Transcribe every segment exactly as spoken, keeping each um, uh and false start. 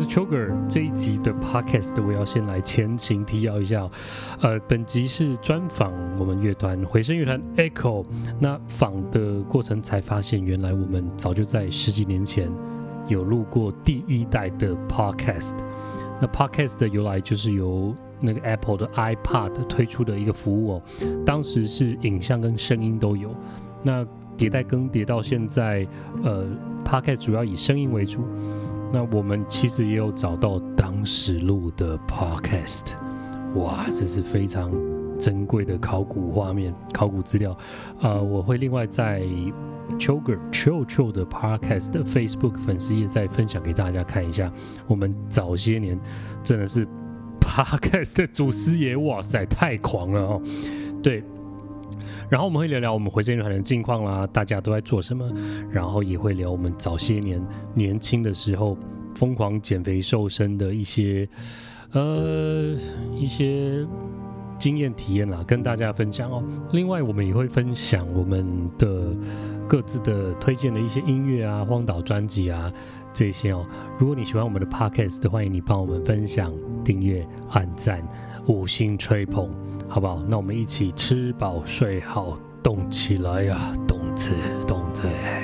Choker。这一集的 Podcast 我要先来前情提要一下，呃，本集是专访我们乐团回声乐团 Echo。那访的过程才发现，原来我们早就在十几年前有录过第一代的 Podcast。那 Podcast 的由来就是由那个 Apple 的 iPod 推出的一个服务哦，当时是影像跟声音都有。那迭代更迭到现在，呃 ，Podcast 主要以声音为主。那我们其实也有找到当时录的 Podcast， 哇，这是非常珍贵的考古画面、考古资料。呃，我会另外在 Choker Chill Chill 的 Podcast 的 Facebook 粉丝页再分享给大家看一下。我们早些年真的是 Podcast 的祖师爷，哇塞，太狂了哦！对。然后我们会聊聊我们回声乐团的近况啦，大家都在做什么，然后也会聊我们早些年年轻的时候疯狂减肥瘦身的一些呃一些经验体验啦，跟大家分享哦。另外我们也会分享我们的各自的推荐的一些音乐啊、荒岛专辑啊这些哦。如果你喜欢我们的 Podcast， 欢迎你帮我们分享、订阅、按赞、五星吹捧。好不好？那我们一起吃饱睡好，动起来呀、啊！动子，动子。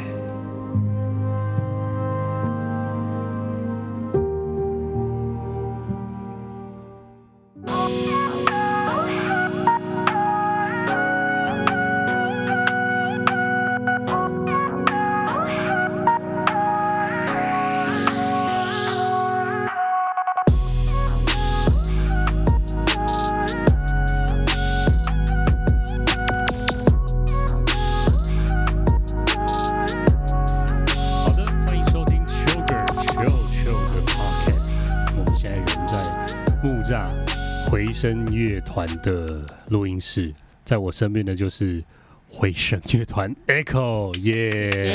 回声乐团的录音室，在我身边的就是回声乐团 Echo， 耶、yeah!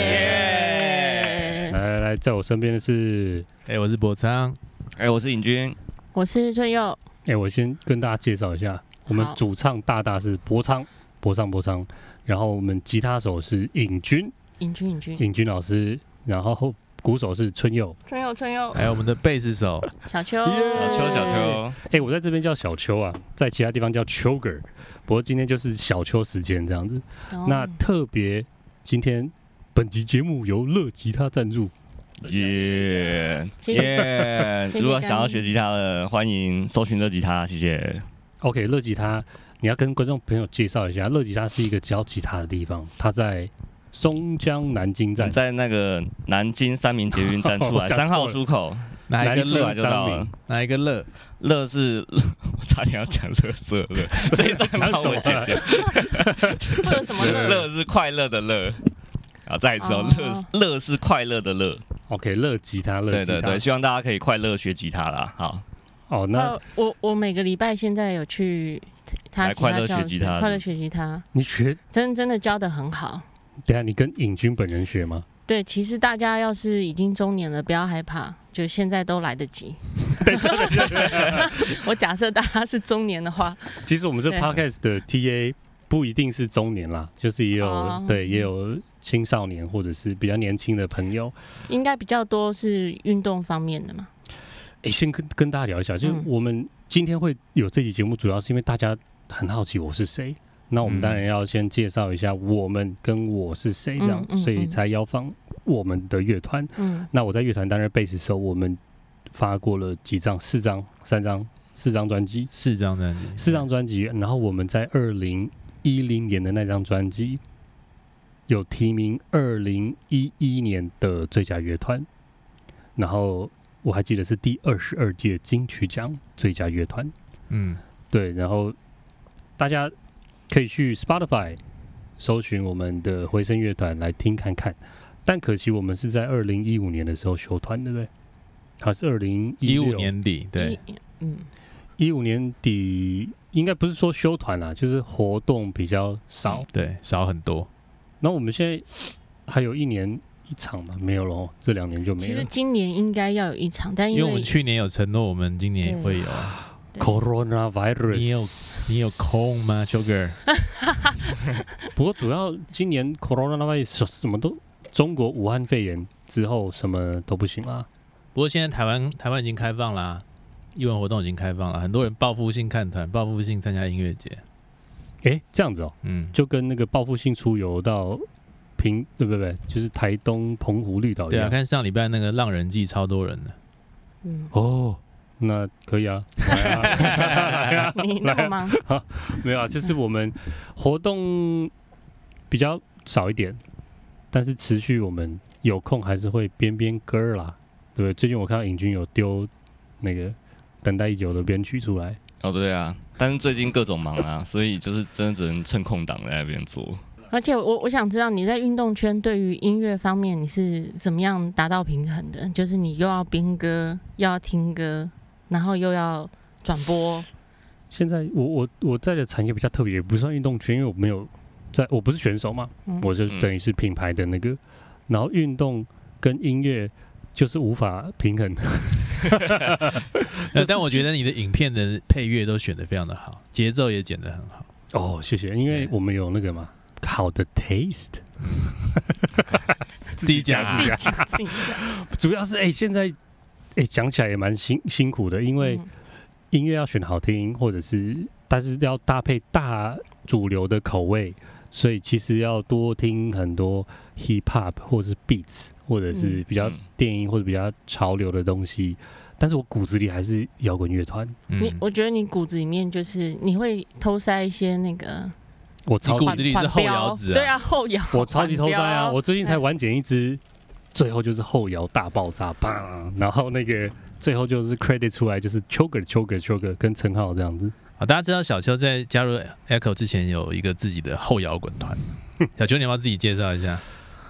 yeah! 来来来，在我身边的是， 哎、欸，我是博昌， 哎、欸，我是尹君， 我是春佑。 哎、欸，我先跟大家介绍一下，我们主唱大大是博昌，博昌博昌，然后我们吉他手是尹君， 尹君尹君尹君老师，然后鼓手是春佑， 春佑春佑， 还有我们的贝斯手小秋， yeah! 小秋小秋。 哎、欸，我在这边叫小秋啊，在其他地方叫 Choker， 不过今天就是小秋时间这样子。哦、那特别今天本集节目由乐吉他赞助， 耶耶！如果想要学吉他的，欢迎搜寻乐吉他，谢谢。 OK， 乐吉他，你要跟观众朋友介绍一下，乐吉他是一个教吉他的地方，它在松江南京站， 在那个南京三民捷运站出来三号出口， 哪一个乐就到了？ 哪一个乐？ 乐是我差点要讲乐色乐，这一段帮我剪掉。 乐什么乐？ 乐是快乐的乐。好，再一次哦，乐乐是快乐的乐。 OK， 乐吉他，乐吉他， 对对对，希望大家可以快乐学吉他啦。好， 哦，那、 呃、我我每个礼拜现在有去他吉他教室，快乐学吉他， 你学真真的教得很好。 等一下，你跟尹君本人学吗？ 对，其实大家要是已经中年了，不要害怕，就现在都来得及。我假设大家是中年的话， 其实我们这 podcast 的 T A 不一定是中年啦，就是也有、哦、对，也有青少年或者是比较年轻的朋友， 应该比较多是运动方面的嘛。 哎，先跟跟大家聊一下，就是我们今天会有这期节目，主要是因为大家很好奇我是谁。那我们当然要先介绍一下我们跟我是谁，这样、嗯嗯嗯，所以才邀访我们的乐团。嗯，那我在乐团担任贝斯手，我们发过了几张、四张、三张、四张专辑， 四张专辑， 四张专辑。然后我们在二零一零年的那张专辑有提名二零一一年的最佳乐团，然后我还记得是第二十二届金曲奖最佳乐团。嗯，对，然后大家可以去 Spotify 搜寻我们的回声乐团来听看看，但可惜我们是在二零一五年的时候休团，对不对？还是二零一五年底？对， 嗯， 一五年底应该不是说休团啦，就是活动比较少， 对，少很多。 那我们现在还有一年一场吗？没有了，这两年就没了。 其实今年应该要有一场，但因为因为我们去年有承诺，我们今年也会有。 Coronavirus， 你有你有空吗 ，Choker？ 不过主要今年 Coronavirus 什么都，中国武汉肺炎之后什么都不行啦。 不过现在台湾台湾已经开放啦，艺文活动已经开放了，很多人报复性看团，报复性参加音乐节。 哎，这样子哦， 嗯， 就跟那个报复性出游到平，对不对？就是台东、澎湖、绿岛一样。 对啊，看上礼拜那个浪人季超多人的。 嗯， 哦，那可以啊，来啊来啊你那么忙？ 啊，没有啊，就是我们活动比较少一点，但是持续我们有空还是会编编歌啦，对不对？最近我看到尹君有丢那个等待已久的编曲出来。 哦，对啊，但是最近各种忙啊，所以就是真的只能趁空档在那边做。 而且我我想知道你在运动圈对于音乐方面你是怎么样达到平衡的？就是你又要编歌，又要听歌，然后又要转播。 现在我我我在的产业比较特别，也不算运动圈，因为我没有在，我不是选手嘛， 嗯、 我就等于是品牌的那个，然后运动跟音乐就是无法平衡。 就是、但我觉得你的影片的配乐都选得非常的好，节奏也剪得很好。 哦，谢谢，因为我们有那个嘛，好的 taste。 自己讲自己讲自己讲。 主要是哎、欸，现在哎讲、欸、起来也蛮辛辛苦的，因为音乐要选好听，或者是但是要搭配大主流的口味，所以其实要多听很多 hip hop 或者是 beats， 或者是比较电音或者比较潮流的东西。但是我骨子里还是摇滚乐团。 你我觉得你骨子里面就是你会偷塞一些那个。 我超骨子里是后摇子、啊， 对啊，后摇。 我超级偷塞啊！我最近才完剪一支，最后就是后摇大爆炸，砰！然后那个最后就是 credit 出来就是 Choker Choker Choker 跟陈浩这样子。 好，大家知道小邱在加入 Echo 之前有一个自己的后摇滚团，小邱你要不要自己介绍一下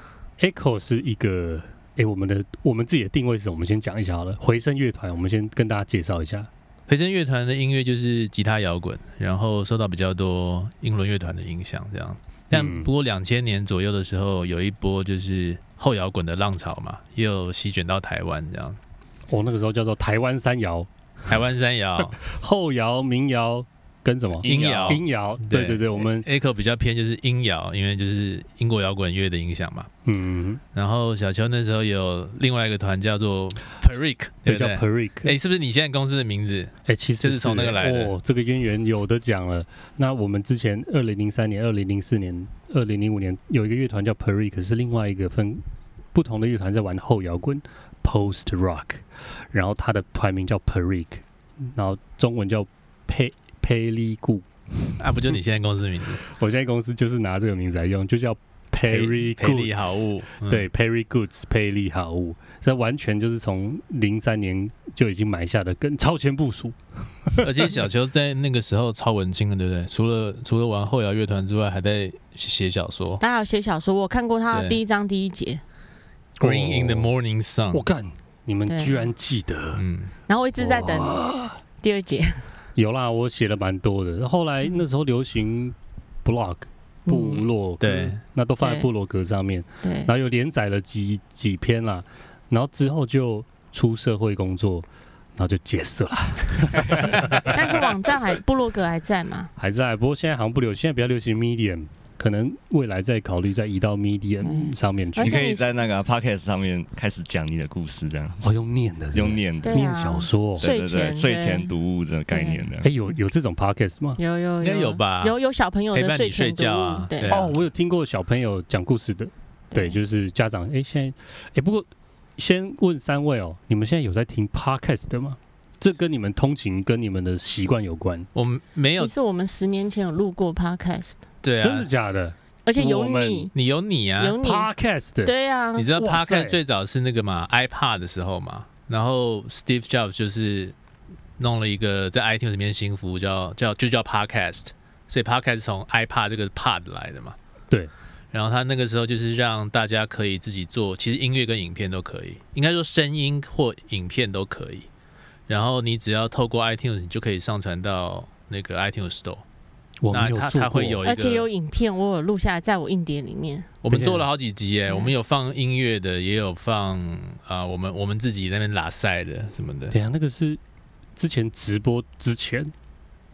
？Echo 是一个，哎、欸，我们的我们自己的定位是什么？我们先讲一下好了。回声乐团，我们先跟大家介绍一下。 回声乐团的音乐就是吉他摇滚，然后受到比较多英伦乐团的影响，这样。但不过两千年左右的时候，有一波就是后摇滚的浪潮嘛，也有席卷到台湾这样。 哦，那个时候叫做台湾三摇， 台湾三摇， 后摇、民谣跟什么音摇？ 音摇，对对对，我们 Echo 比较偏就是音摇，因为就是英国摇滚乐的影响嘛。 嗯， 然后小邱那时候有另外一个团叫做 Perique， 对不对？ 叫 Perique。 哎，是不是你现在公司的名字？ 哎，其实是从那个来的。 哦，这个渊源有的讲了。那我们之前二零零三年、二零零四年、二零零五年有一个乐团叫 Perique， 是另外一个分不同的乐团在玩后摇滚 Post Rock， 然后它的团名叫 Perique， 然后中文叫佩佩利固。 啊，不就你现在公司的名字？ 我现在公司就是拿这个名字来用，就叫 Perry Goods， 佩利好物， 嗯、对 Perry Goods 佩利好物，这完全就是从零三年就已经埋下的根，超前部署。 而且小邱在那个时候超文青的，对不对？除了除了玩后摇乐团之外，还在写小说。 他有写小说，我看过他的第一章第一节。 Green in the Morning Sun。 我干，你们居然记得？ 嗯。 然后我一直在等第二节。 有啦，我写了蛮多的。后来那时候流行 blog 部落格， 对， 那都放在部落格上面。 对， 然后又连载了几几篇啦，然后之后就出社会工作，然后就结束了。 但是网站还部落格还在吗？ 还在，不过现在好像不流，现在比较流行 Medium。可能未来再考虑再移到 Medium 上面去。 你可以在那个 Podcast 上面开始讲你的故事，这样。 哦，用念的， 用念的， 念小说， 对对对，睡前读物的概念的。 哎，有有这种 Podcast 吗？ 有有应该有吧？ 有有小朋友的睡前读物，对。 哦，我有听过小朋友讲故事的，对，就是家长。哎，现在，哎，不过先问三位哦，你们现在有在听 Podcast 的吗？这跟你们通勤跟你们的习惯有关。 我们没有， 其实我们十年前有录过 Podcast。 对啊， 真的假的？ 而且有你， 你有你啊， 有你 Podcast， 对啊， 你知道 Podcast 最早是那个嘛 iPod 的时候嘛，然后 Steve Jobs 就是弄了一个在 iTunes 里面新服务叫叫就叫 Podcast， 所以 Podcast 从 iPod 这个 Pod 来的嘛， 对。 然后他那个时候就是让大家可以自己做，其实音乐跟影片都可以，应该说声音或影片都可以。然后你只要透过 iTunes， 你就可以上传到那个 iTunes Store。 那它它会有一个， 而且有影片，我有录下来，在我硬碟里面。 我们做了好几集耶，我们有放音乐的，也有放啊、呃，我们我们自己那边拉赛的什么的。 对啊，那个是之前直播之前，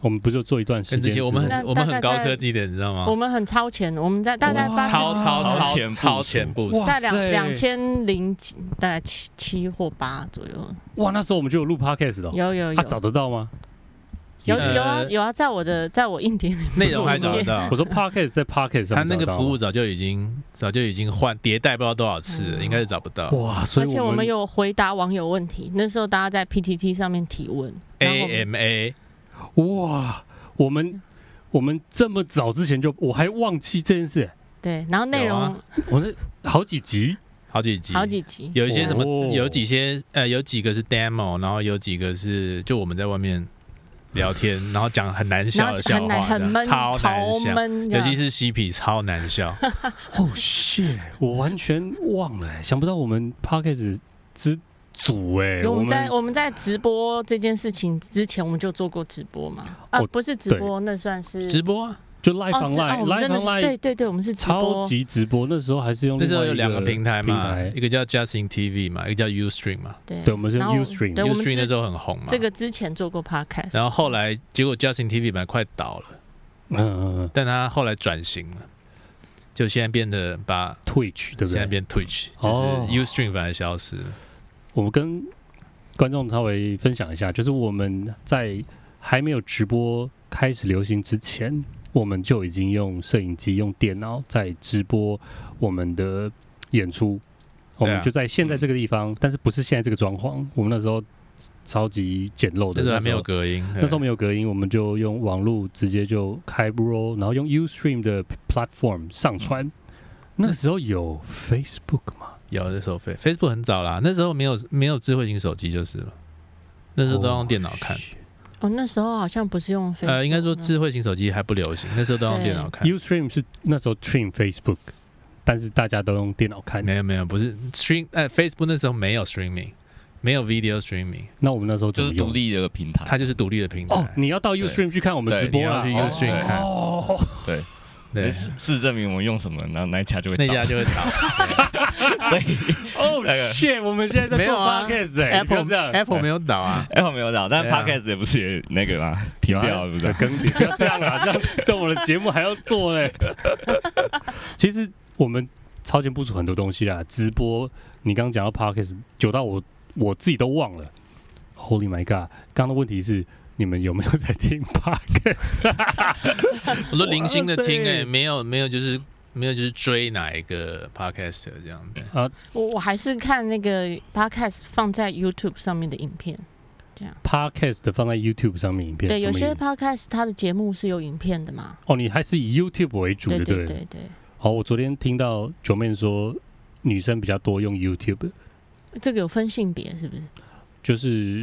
我们不是做一段时间？ 跟这些我们很我们很高科技的，你知道吗？ 我们很超前，我们在大概八超超超前超前部署， 在两两千零大概七七或八左右。 哇，那时候我们就有录 podcast 的、哦， 有有有， 他、啊、找得到吗？ 有有啊有啊，在我的在我硬碟里面内容还找得到。 我说 podcast 在 podcast 上， 他那个服务早就已经早就已经换迭代不知道多少次了，嗯、应该是找不到。 哇，所以而且我们有回答网友问题，那时候大家在 P T T 上面提问 ，A M A， 哇，我们我们这么早之前就我还忘记这件事。 对，然后内容、啊、 我那好几集。 好几集， 好几集， 有一些什么，哦、有几些呃，有几个是 demo， 然后有几个是就我们在外面聊天，然后讲很难笑的笑话， 很闷， 超难笑，尤其是嬉皮超难笑。 哦shit，我完全忘了，想不到我们 podcast 之组哎， 我们在我们在直播这件事情之前，我们就做过直播嘛？啊， 哦、 不是直播，那算是直播啊。 就 live online，live online， 对对对，我们是直播， 超级直播。那时候还是用那时候有两个平台嘛，一个叫 Justin T V 嘛，一个叫 Ustream 嘛。 对， 对，我们是用 Ustream，Ustream 那时候很红嘛。 这个之前做过 podcast， 然后后来结果 Justin T V 本来快倒了，嗯嗯嗯，但他后来转型了，就现在变得把 Twitch 对不对？ 现在变 Twitch， 就是 Ustream 反而消失了。 我们跟观众稍微分享一下，就是我们在还没有直播开始流行之前。我们就已经用摄影机、用电脑在直播我们的演出，我们就在现在这个地方，嗯、但是不是现在这个装潢。我们那时候超级简陋的， 那时候还没有隔音， 那时候没有隔音，我们就用网络直接就开播，然后用 Ustream 的 platform 上传。嗯、那时候有 Facebook 吗？ 有，那时候 Facebook 很早啦，那时候没有没有智慧型手机就是了，那时候都用电脑看。Oh, 哦，那时候好像不是用 Facebook， 呃，应该说智慧型手机还不流行，那时候都用电脑看。 Ustream 是那时候 stream Facebook， 但是大家都用电脑看。 没有没有，不是 stream， 呃 ，Facebook 那时候没有 streaming， 没有 video streaming。 那我们那时候就是独立的平台， 它就是独立的平台。 哦，你要到 Ustream 去看我们直播啊， 去 Ustream 看。 哦，对。对，事实证明我们用什么，然后那一家就会倒， 那家就会倒。 所以， 哦 shit， 我们现在在做 podcast 哎 ，Apple Apple 没有倒啊 ，Apple 没有倒，但 podcast 也不是也那个嘛，停掉了，不是更迭，不要这样啊，这样这我的节目还要做嘞。其实我们超前部署很多东西啦，直播，你刚刚讲到 podcast， 久到我我自己都忘了。Holy my god！ 刚刚的问题是。你们有没有在听 podcast？ 我都零星的听哎、欸，没有没有就是没有就是追哪一个 podcast 这样子啊。 我我还是看那个 podcast 放在 YouTube 上面的影片，这样。 podcast 放在 YouTube 上面影片， 对，有些 podcast 它的节目是有影片的嘛。 哦，你还是以 YouTube 为主的，对对对对。 好，我昨天听到九妹说女生比较多用 YouTube， 这个有分性別是不是？ 就是，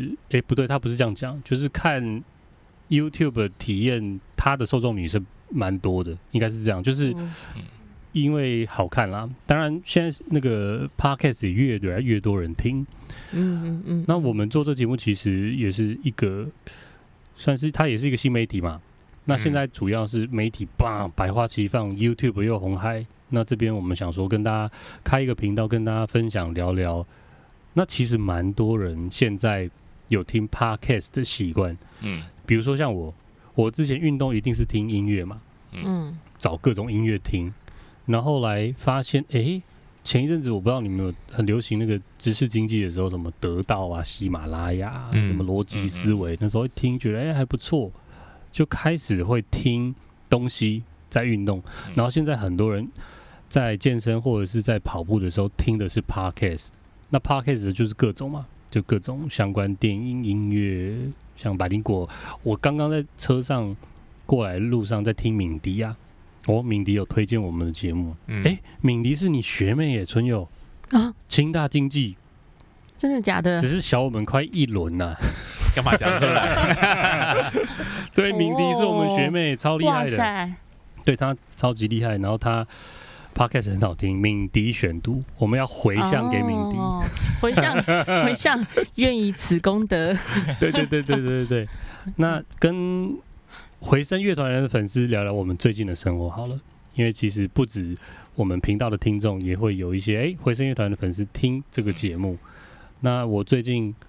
哎、欸，不对，他不是这样讲，就是看 YouTube 体验，他的受众女生蛮多的，应该是这样，就是因为好看啦。当然，现在那个 Podcast 也越来越多人听，嗯嗯嗯。那我们做这节目其实也是一个，算是它也是一个新媒体嘛。那现在主要是媒体棒百花齐放 ，YouTube 又红嗨。那这边我们想说跟大家开一个频道，跟大家分享聊聊。那其实蛮多人现在有听 podcast 的习惯，嗯，比如说像我，我之前运动一定是听音乐嘛，嗯，找各种音乐听，然后后来发现，哎、欸，前一阵子我不知道你们有很流行那个知识经济的时候，什么得到啊、喜马拉雅、啊嗯、什么逻辑思维，嗯嗯、那时候一听觉得哎、欸、还不错，就开始会听东西在运动，然后现在很多人在健身或者是在跑步的时候听的是 podcast。那 podcast 就是各种嘛，就各种相关电影、音乐，像百灵果。我刚刚在车上过来路上在听敏迪啊，哦，敏迪有推荐我们的节目。哎、嗯，敏迪是你学妹耶，春友啊，清大经济， 真的假的？ 只是小我们快一轮呐、啊， 干嘛讲出来？ 对，敏迪是我们学妹，超厉害的， 哇塞， 对她超级厉害，然后她。Podcast 很好听，敏迪选读，我们要回向给敏迪，哦、 回向回向，愿以此功德。 对对对对对对对。那跟回声乐团人的粉丝聊聊我们最近的生活好了，因为其实不止我们频道的听众，也会有一些哎、欸、回声乐团的粉丝听这个节目。那我最近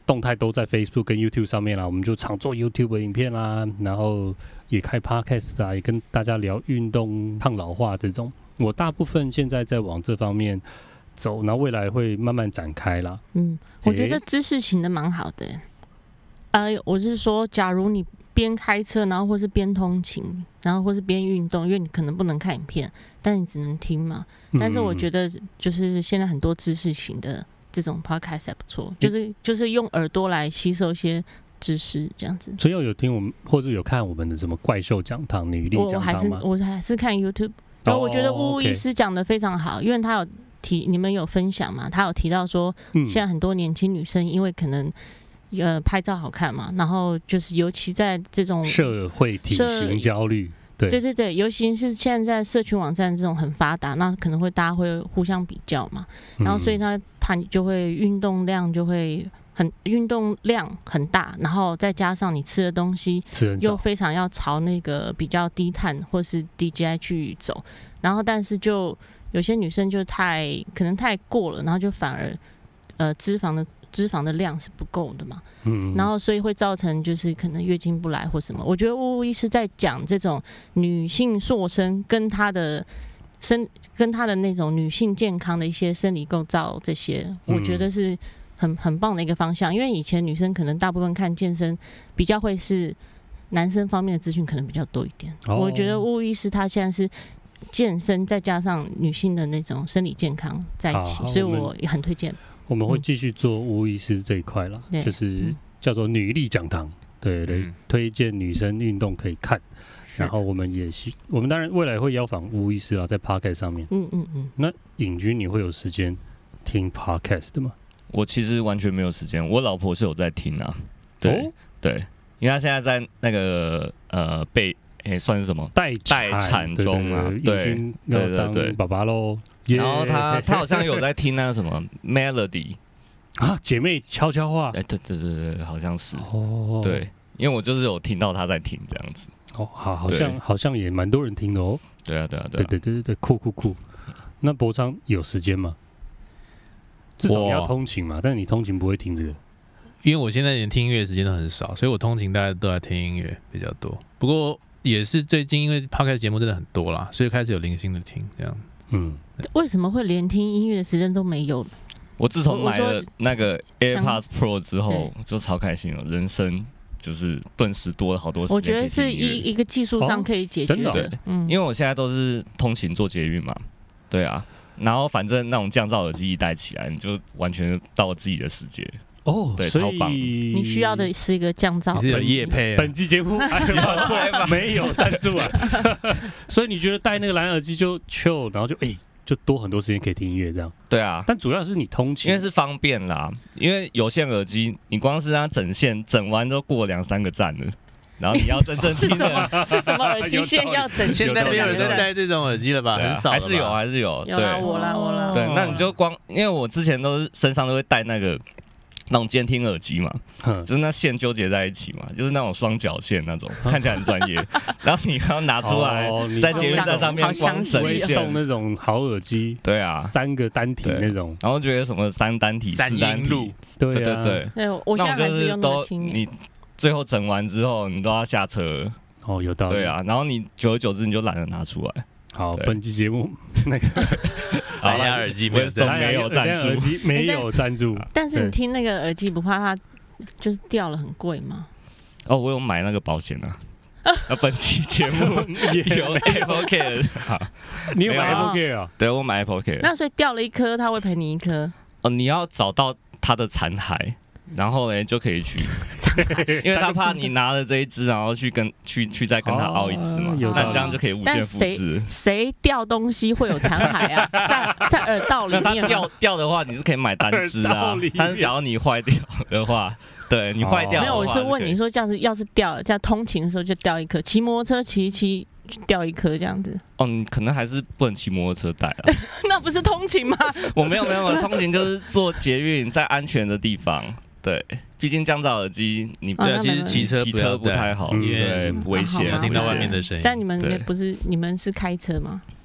动态都在 Facebook 跟 YouTube 上面啦，我们就常做 YouTube 的影片啦，然后也开 Podcast 啊，也跟大家聊运动、抗老化这种。我大部分现在在往这方面走，然后未来会慢慢展开啦。 嗯，我觉得知识型的蛮好的。呃，我是说，假如你边开车，然后或是边通勤，然后或是边运动，因为你可能不能看影片，但你只能听嘛。但是我觉得，就是现在很多知识型的这种 podcast 还不错，就是就是用耳朵来吸收一些知识，这样子。 所以有听我们或者有看我们的什么怪兽讲堂、女力讲堂吗？ 我还是我还是看 YouTube， 然后我觉得呜呜医师讲的非常好，哦 okay、因为他有提，你们有分享嘛？他有提到说，现在很多年轻女生因为可能。呃，拍照好看嘛，然后就是尤其在这种社会体型焦虑，对对对对，尤其是现在在社群网站这种很发达，那可能会大家会互相比较嘛，然后所以他他就会运动量就会很运动量很大，然后再加上你吃的东西又非常要朝那个比较低碳或是 D G I 去走，然后但是就有些女生就太可能太过了，然后就反而呃脂肪的。脂肪的量是不够的嘛，嗯，然后所以会造成就是可能月经不来或什么。我觉得呜呜医师在讲这种女性塑身跟她的生跟她的那种女性健康的一些生理构造这些，嗯、我觉得是很很棒的一个方向。因为以前女生可能大部分看健身比较会是男生方面的资讯可能比较多一点，哦、我觉得呜呜医师他现在是。健身再加上女性的那种生理健康在一起，所以我也很推荐。 我们会继续做呜呜医师这一块啦，嗯、就是叫做女力讲堂，对对，嗯、推荐女生运动可以看。然后我们也是，我们当然未来会邀访呜呜医师啦，在 Podcast 上面。嗯嗯嗯。那尹君，你会有时间听 Podcast 的吗？ 我其实完全没有时间，我老婆是有在听啊。对、哦、对，因为她现在在那个呃被。哎、欸，算是什么待待产中啊？对对对对， 爸爸喽。 然后他他好像有在听那个什么 Melody 啊，姐妹悄悄话。 哎、欸，对对对对，好像是。哦，对，因为我就是有听到他在听这样子。 哦，好，好像好像也蛮多人听的哦。 对啊，对啊，对啊， 对对对对对，酷酷酷。那博昌有时间吗？至少你要通勤嘛，但是你通勤不会听这个。 因为我现在连听音乐的时间都很少，所以我通勤大家都在听音乐比较多。不过。也是最近因为 podcast 节目真的很多啦，所以开始有零星的听这样。嗯， 为什么会连听音乐的时间都没有？ 我自从买了那个 AirPods Pro 之后，就超开心了，人生就是顿时多了好多时间。 我觉得是一一个技术上可以解决的， 哦、 对，嗯，因为我现在都是通勤做捷运嘛，对啊，然后反正那种降噪耳机一戴起来，你就完全到自己的世界。 哦， 对，超棒！ 你需要的是一个降噪。 你是有业配、啊？ 本期节目没有赞助啊，所以你觉得戴那个蓝耳机就 chill， 然后就哎、欸，就多很多时间可以听音乐这样。 对啊， 但主要是你通勤， 因为是方便啦。因为有线耳机，你光是它整线整完都过两三个站了。然后你要真正听的是什么耳机线要整？ 现在没有人在戴这种耳机了吧？很少， 还是有，还是有。 有啦，我啦，我啦。 对，那你就光，因为我之前都是身上都会带那个。那种监听耳机嘛，就是那线纠结在一起嘛，就是那种双绞线那种，看起来很专业。然后你要拿出来，哦、在捷运站上面光整线， 送那种好耳机， 对啊， 三个单体那种， 然后觉得什么三单体、 三音路， 对对对对。我现在还是用都你最后整完之后，你都要下车。 哦，有道理。 对啊，然后你久而久之你就懒得拿出来。 好，本期节目那个蓝牙耳机没有没有赞助， 耳机没有赞助。 但是你听那个耳机不怕它就是掉了很贵吗？ 哦，我有买那个保险啊。那本期节目有 Apple Care， 你有买 Apple Care 啊？ 对，我买 Apple Care。 那所以掉了一颗，他会赔你一颗。 哦，你要找到它的残骸。然后呢，就可以去，因为他怕你拿了这一支，然后去跟去去再跟他凹一支嘛，那、哦、这样就可以无限复制。 谁掉东西会有残骸啊？在在耳道里面。 那他掉掉的话，你是可以买单支啊。但是假如你坏掉的话，对你坏掉的话、 哦，没有，我是问你说，这样子要是掉，在通勤的时候就掉一颗，骑摩托车骑一骑掉一颗这样子。 哦，你可能还是不能骑摩托车带了。 那不是通勤吗？ 我没有没有，通勤就是坐捷运，在安全的地方。对，毕竟降噪耳机，你对、啊，其实骑车骑车不太好，因为危险， 听到外面的声音。 但你们不是你们是开车吗？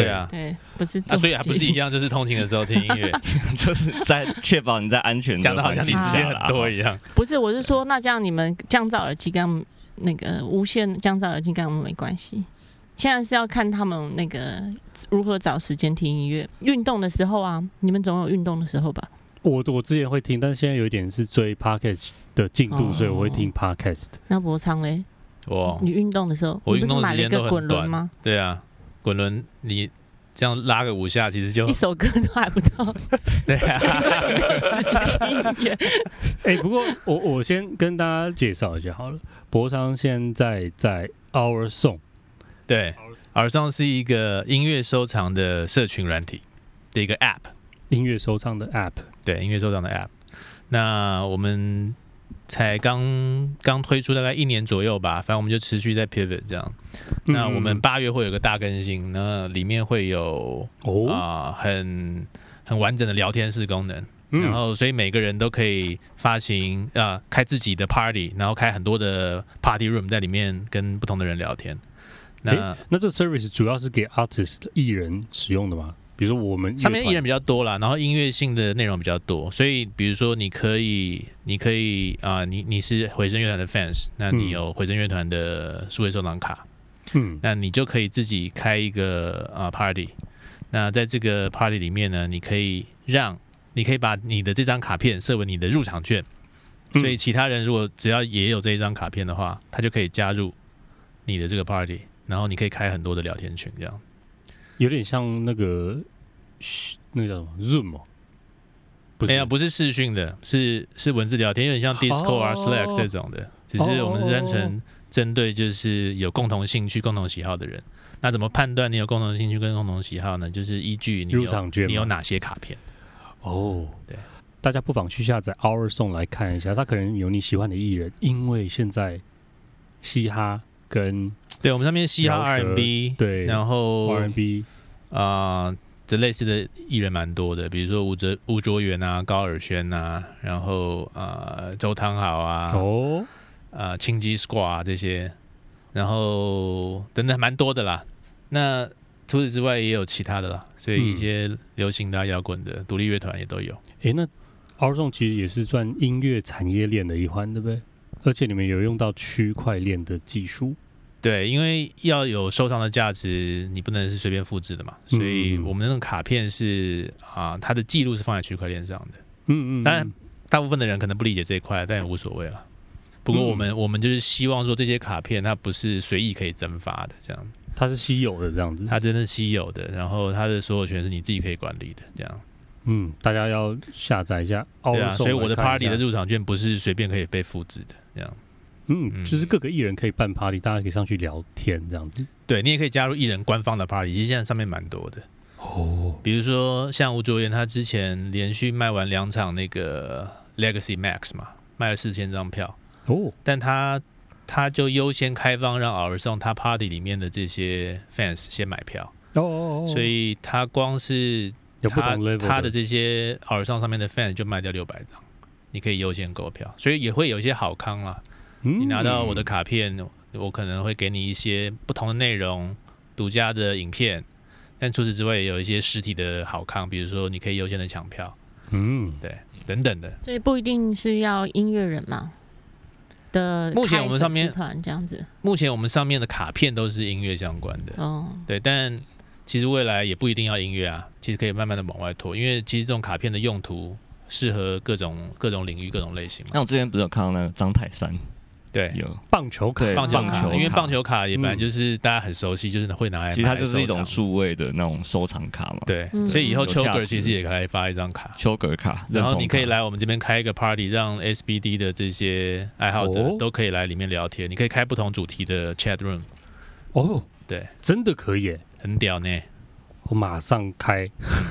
对啊， 对，不是啊，所以还不是一样，就是通勤的时候听音乐， 就是在确保你在安全的。 讲的好像你时间很多一样。 不是，我是说，那这样你们降噪耳机跟那个无线降噪耳机跟我们没关系。现在是要看他们那个如何找时间听音乐。运动的时候啊，你们总有运动的时候吧？ 我我之前会听，但是现在有一点是追 podcast 的进度，哦、所以我会听 podcast。 那博昌嘞？ 我你运动的时候， 我运动你不是买了一个滚轮吗？ 对啊，滚轮你这样拉个五下，其实就一首歌都还不到。 对啊， 没有时间听音乐。 哎、欸，不过我我先跟大家介绍一下好了，博昌现在在 Our Song。 对 ，Our Song 是一个音乐收藏的社群软体的一个 App， 音乐收藏的 App， 对，音乐收藏的 App。那我们才刚刚推出大概一年左右吧，反正我们就持续在 pivot 这样。嗯、那我们八月会有个大更新，那里面会有哦啊、呃、很很完整的聊天室功能，嗯、然后所以每个人都可以发行啊、呃、开自己的 party， 然后开很多的 party room 在里面跟不同的人聊天。那、 欸、那这 service 主要是给 artist 艺人使用的吗？比如说我们上面艺人比较多啦，然后音乐性的内容比较多，所以比如说你可以，你可以啊、呃，你你是回声乐团的 fans， 那你有回声乐团的数位收藏卡，嗯，那你就可以自己开一个啊、呃、party， 那在这个 party 里面呢，你可以让你可以把你的这张卡片设为你的入场券，所以其他人如果只要也有这一张卡片的话，他就可以加入你的这个 party， 然后你可以开很多的聊天群，这样有点像那个。那个叫什么 Zoom 哦？ 不是，没有，不是视讯的，是是文字聊天，有点像 Discord 啊、Slack 这种的。只是我们是单纯针对就是有共同兴趣、共同喜好的人。那怎么判断你有共同兴趣跟共同喜好呢？就是依据你有入场券， 你有哪些卡片。 哦，对，大家不妨去下载 Our Song 来看一下，它可能有你喜欢的艺人，因为现在嘻哈跟对我们上面嘻哈 R and B 对， 然后 R and B 啊。呃这类似的艺人蛮多的，比如说吴哲、吴卓源啊、高尔宣啊，然后呃周汤豪啊，哦，呃青基 Squad 啊这些，然后等等蛮多的啦。那除此之外也有其他的啦，所以一些流行的、摇滚的、独立乐团也都有。 哎、嗯，那 Our Song 其实也是算音乐产业链的一环，对不对？而且你们有用到区块链的技术。 对，因为要有收藏的价值，你不能是随便复制的嘛，所以我们那种卡片是啊、呃，它的记录是放在区块链上的。嗯嗯，当然，大部分的人可能不理解这一块，但也无所谓了。不过我们、嗯、我们就是希望说，这些卡片它不是随意可以增发的，这样。 它是稀有的这样子， 它真的是稀有的，然后它的所有权是你自己可以管理的，这样。 嗯，大家要下载一下。 对啊，所以我的 party 的入场券不是随便可以被复制的，这样。 嗯，就是各个艺人可以办 party， 大家可以上去聊天这样子。 对，你也可以加入艺人官方的 party， 其实现在上面蛮多的。哦，比如说像吴卓源，他之前连续卖完两场那个 Legacy Max 嘛，卖了四千张票。哦，但他他就优先开放让 Our Song 他 party 里面的这些 fans 先买票。哦哦哦，所以他光是他他的这些 Our Song 上面的 fans 就卖掉六百张，你可以优先购票，所以也会有一些好康啦。你拿到我的卡片，我可能会给你一些不同的内容、独家的影片，但除此之外也有一些实体的好康，比如说你可以优先的抢票，嗯，对，等等的。 所以不一定是要音乐人嘛的。 目前我们上面这样子， 目前我们上面的卡片都是音乐相关的，哦，对，但其实未来也不一定要音乐啊，其实可以慢慢的往外拓，因为其实这种卡片的用途适合各种各种领域、各种类型嘛。 那我之前不是有看到那个张泰山。 对， 有棒球卡， 棒球卡，因为棒球卡也本来就是大家很熟悉，嗯、就是会拿来买来。 其实它就是一种数位的那种收藏卡嘛。 对，嗯、所以以后秋格其实也可以来发一张卡， 秋格卡， 然后你可以来我们这边开一个 party， 让 S B D 的这些爱好者都可以来里面聊天。哦、你可以开不同主题的 chat room。 哦， 对， 真的可以耶， 很屌呢！ 我马上开，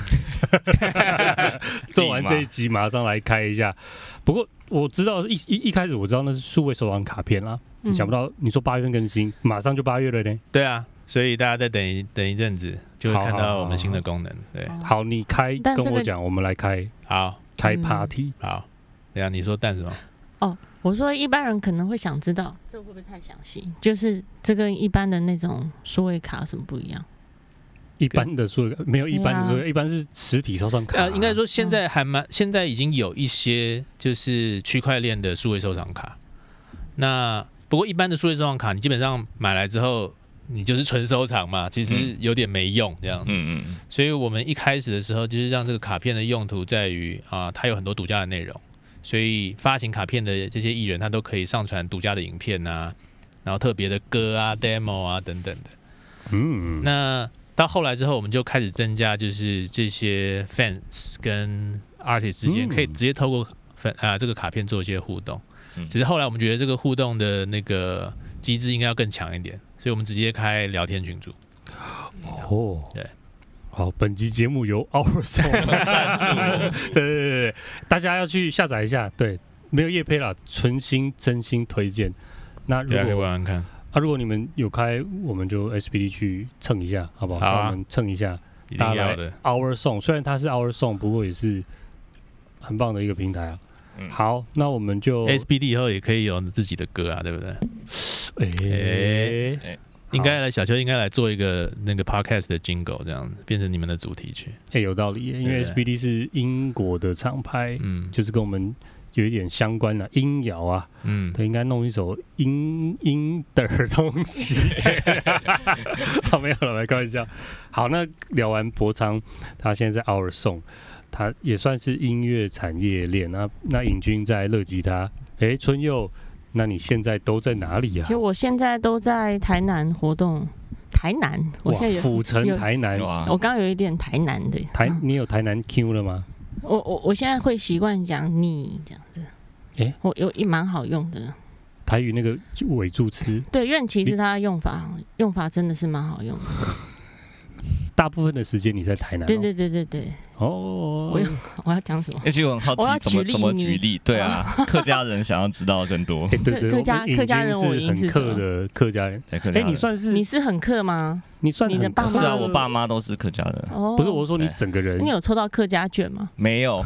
做完这一集马上来开一下。不过我知道一一一开始我知道那是数位收藏卡片啦，嗯、想不到你说八月份更新，马上就八月了呢。 对啊，所以大家再等一等一阵子，就会看到我们新的功能。对， 好，你开跟我讲，我们来开。 好， 开 party。 嗯、好，等一下你说蛋什么？ 哦，我说一般人可能会想知道，这会不会太详细？就是这跟一般的那种数位卡有什么不一样？ 一般的数没有一般的数位，一般是实体收藏卡、啊。 呃，应该说现在还蛮，现在已经有一些就是区块链的数位收藏卡。那不过一般的数位收藏卡，你基本上买来之后，你就是纯收藏嘛，其实有点没用这样。嗯嗯。所以我们一开始的时候，就是让这个卡片的用途在于啊、呃，它有很多独家的内容，所以发行卡片的这些艺人，他都可以上传独家的影片啊，然后特别的歌啊、demo 啊等等的。嗯。那到后来之后，我们就开始增加，就是这些 fans 跟 artist 之间可以直接透过粉啊这个卡片做一些互动。嗯、只是后来我们觉得这个互动的那个机制应该要更强一点，所以我们直接开聊天群组。 哦，对，好，本集节目由 Our Song 赞助，对对对对，大家要去下载一下，对，没有业配啦，纯心真心推荐。那如果可以玩玩看。 啊，如果你们有开，我们就 S B D 去蹭一下，好不好？ 好啊， 我们蹭一下， 一定要的。 Our Song 虽然它是 Our Song， 不过也是很棒的一个平台啊。嗯、好，那我们就 S B D 以后也可以有自己的歌啊，对不对？哎、欸欸，应该来小邱应该来做一个那个 podcast 的 jingle， 这样变成你们的主题曲。 哎、欸，有道理耶，因为 S B D 是英国的厂牌，嗯，就是跟我们有一点相关的音谣啊，嗯，他应该弄一首音音的东西。好，没有了，没开玩笑。好，那聊完博昌，他现在在 Our Song， 他也算是音乐产业链啊。那尹君在乐吉他，哎、欸，春佑，那你现在都在哪里啊？ 其实我现在都在台南活动。台南，我现在有府城台南， 我刚刚有一点台南的台，你有台南 Q 了吗？ 我我我现在会习惯讲你这样子，哎、欸，我有一蛮好用的台语那个尾助词， 对，因为其实它用法用法真的是蛮好用的。 大部分的时间你在台南、哦， 对对对对对。哦，我要我要讲什么？ 而且我很好奇怎么怎么举例。对啊，客家人想要知道更多。 欸、对对， 客家客家人我是很客的客家人。哎、欸，你算是你是很客吗？ 你算你的爸妈是啊，我爸妈都是客家人。 哦， 不是，我说你整个人。 你有抽到客家卷吗？ 没有。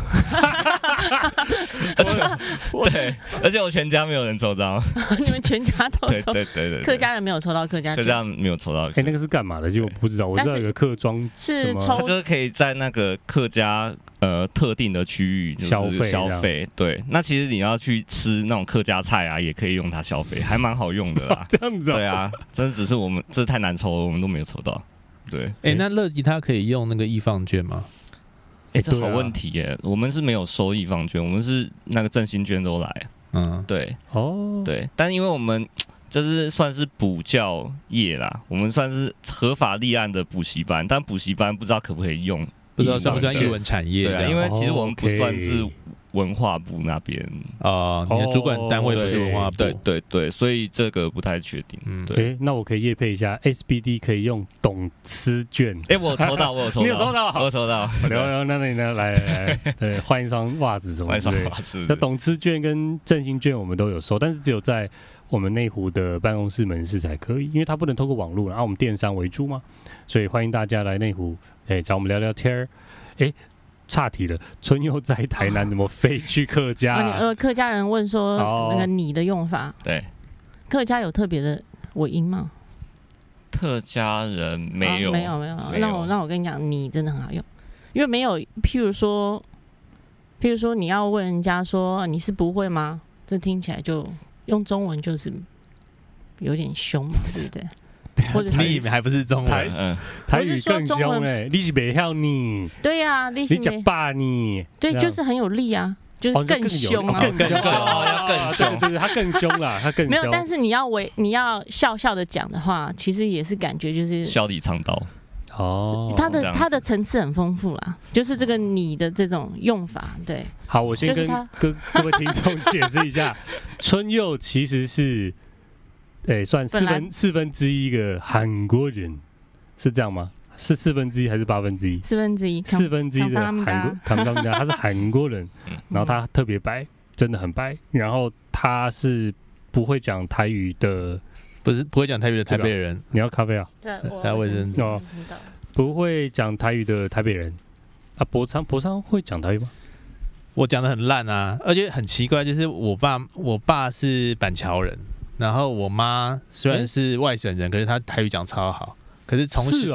而且对，而且我全家没有人抽到。 你们全家都抽？ 对对对对。 客家人没有抽到客家卷。 客家没有抽到。 哎、欸，那个是干嘛的？就我不知道。我知道有个客庄是抽， 他就是可以在那个客家。呃，特定的区域消费消费，对。那其实你要去吃那种客家菜啊，也可以用它消费，还蛮好用的啦。 这样子、哦， 对啊，真的只是我们这太难抽了，我们都没有抽到。对， 哎、欸，那乐吉他可以用那个易放券吗？ 哎、欸，这好问题耶，我们是没有收易放券，我们是那个振兴券都来。嗯，对，哦，对，但因为我们就是算是补教业啦，我们算是合法立案的补习班，但补习班不知道可不可以用。 不知道算不算艺文产业？ 对啊，因为其实我们不算是文化部那边啊，你的主管单位不是文化部， 对对对，所以这个不太确定。嗯，对。 哎，那我可以业配一下 S B D 可以用懂吃券。 哎，我有抽到，我有抽到， 你有抽到， 我有抽到。 有有，那你呢？来来来，对，换一双袜子什么之类的。那懂吃券跟振兴券我们都有收，但是只有在我们内湖的办公室门市才可以，因为它不能透过网络，然后我们电商为主嘛，所以欢迎大家来内湖。哎、欸，找我们聊聊天儿。哎、欸，岔题了。春佑在台南怎么飞去客家、啊？ 呃，客家人问说那个你的用法。 对， 客家有特別的尾音嗎？ 客家人沒有， 哦、沒有沒有。那我那我跟你講，你真的很好用，因為沒有，譬如說，譬如說你要問人家說你是不會嗎？這聽起來就用中文就是有點凶嘛，對不對？ 或者是你還不是中文， 嗯，台語更凶哎、欸，你是袂曉你， 對呀、啊，你是講爸你， 對，就是很有力啊，就是更凶啊， 哦、更更凶，要更凶， 对对，他更凶啦，他更凶。 沒有，但是你要微，你要笑笑的講的話，其實也是感覺就是笑裡藏刀哦， 它的它的層次很豐富啦，就是這個你的這種用法，對。 好，我先跟跟各位聽眾解釋一下，春佑其實是。哎、欸，算四分四分之一個韓國人，是這樣嗎？是四分之一還是八分之一？ 四分之一， 四分之一的韓國，康桑家他是韓國人，然後他特別白，真的很白。然後他是不會講台語的， 不是不會講台語的台北人。 你要咖啡啊？ 對， 還有衛生紙哦。不會講台語的台北人啊，博昌博昌會講台語嗎？ 我講得很爛啊，而且很奇怪，就是我爸我爸是板橋人。然後我媽雖然是外省人，欸、可是她台語講超好。可是從小， 哦、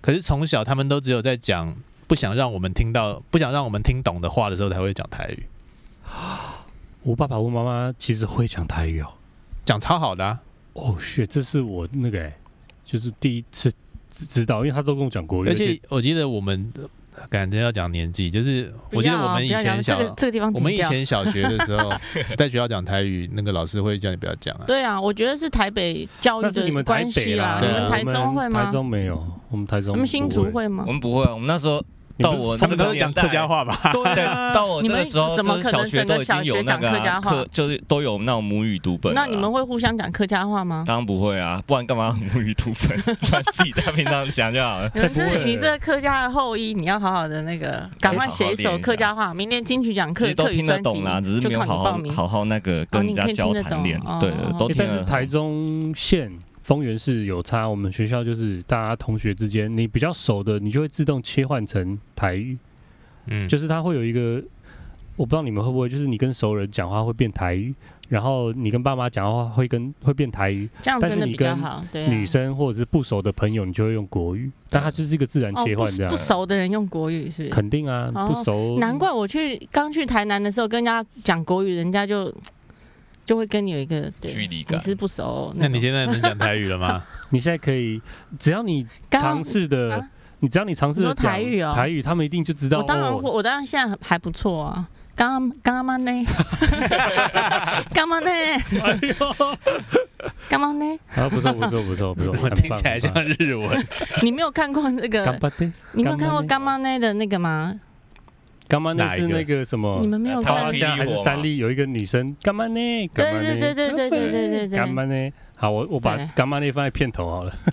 可是从小他们都只有在讲不想让我们听到、不想让我们听懂的话的时候才会讲台语。 我爸爸我妈妈其实会讲台语哦， 讲超好的啊！ 哦，是，这是我那个、欸，就是第一次知道，因为他都跟我讲国语， 而且我记得我们。感觉要讲年纪，就是我记得我们以前小、 这个这个地方， 我们以前小学的时候，在学校讲台语，那个老师会叫你不要讲啊。 对啊，我觉得是台北教育的关系啦。你们台中会吗？ 台中没有，我们台中。 我们新竹会吗？ 我们不会，我们那时候。到我这个讲客家话吧， 对，到我这个时候， 怎么可能整个小学讲客家话？ 就是都有那种母语读本。 那你们会互相讲客家话吗？ 当然不会啊，不然干嘛母语读本？自己在平常想就好了。 你这你这客家的后裔，你要好好的那个，赶快写一首客家话，明年金曲奖客都听得懂啦，只是没有好好好好那个跟人家交谈练。对，都听得懂。 但是台中县。丰原市有差，我们学校就是大家同学之间，你比较熟的，你就会自动切换成台语，嗯，就是它会有一个，我不知道你们会不会，就是你跟熟人讲话会变台语，然后你跟爸妈讲话会跟会变台语， 这样真的比较好。对， 女生或者是不熟的朋友，你就会用国语，但它就是一个自然切换这样。 不熟的人用国语是？ 肯定啊，不熟。 难怪我去刚去台南的时候，跟人家讲国语，人家就。就会跟你有一个距离感， 你是不熟。 那你现在能讲台语了吗？ 你现在可以，只要你尝试的，啊、你只要你尝试的台语哦， 台语他们一定就知道。 我当然，哦、我当然现在还不错啊。刚刚刚刚呢？干嘛呢？哎呦，干嘛呢？ 啊，不错不错不错不错， 我听起来像日文。 你没有看过那个？你没有看过干嘛呢的那个吗？ 干嘛呢？是那个什么？ 你们没有看？ 还是三立有一个女生干嘛呢？ 对对对对对对对对对。 干嘛呢？好，我我把干嘛呢放在片头好了。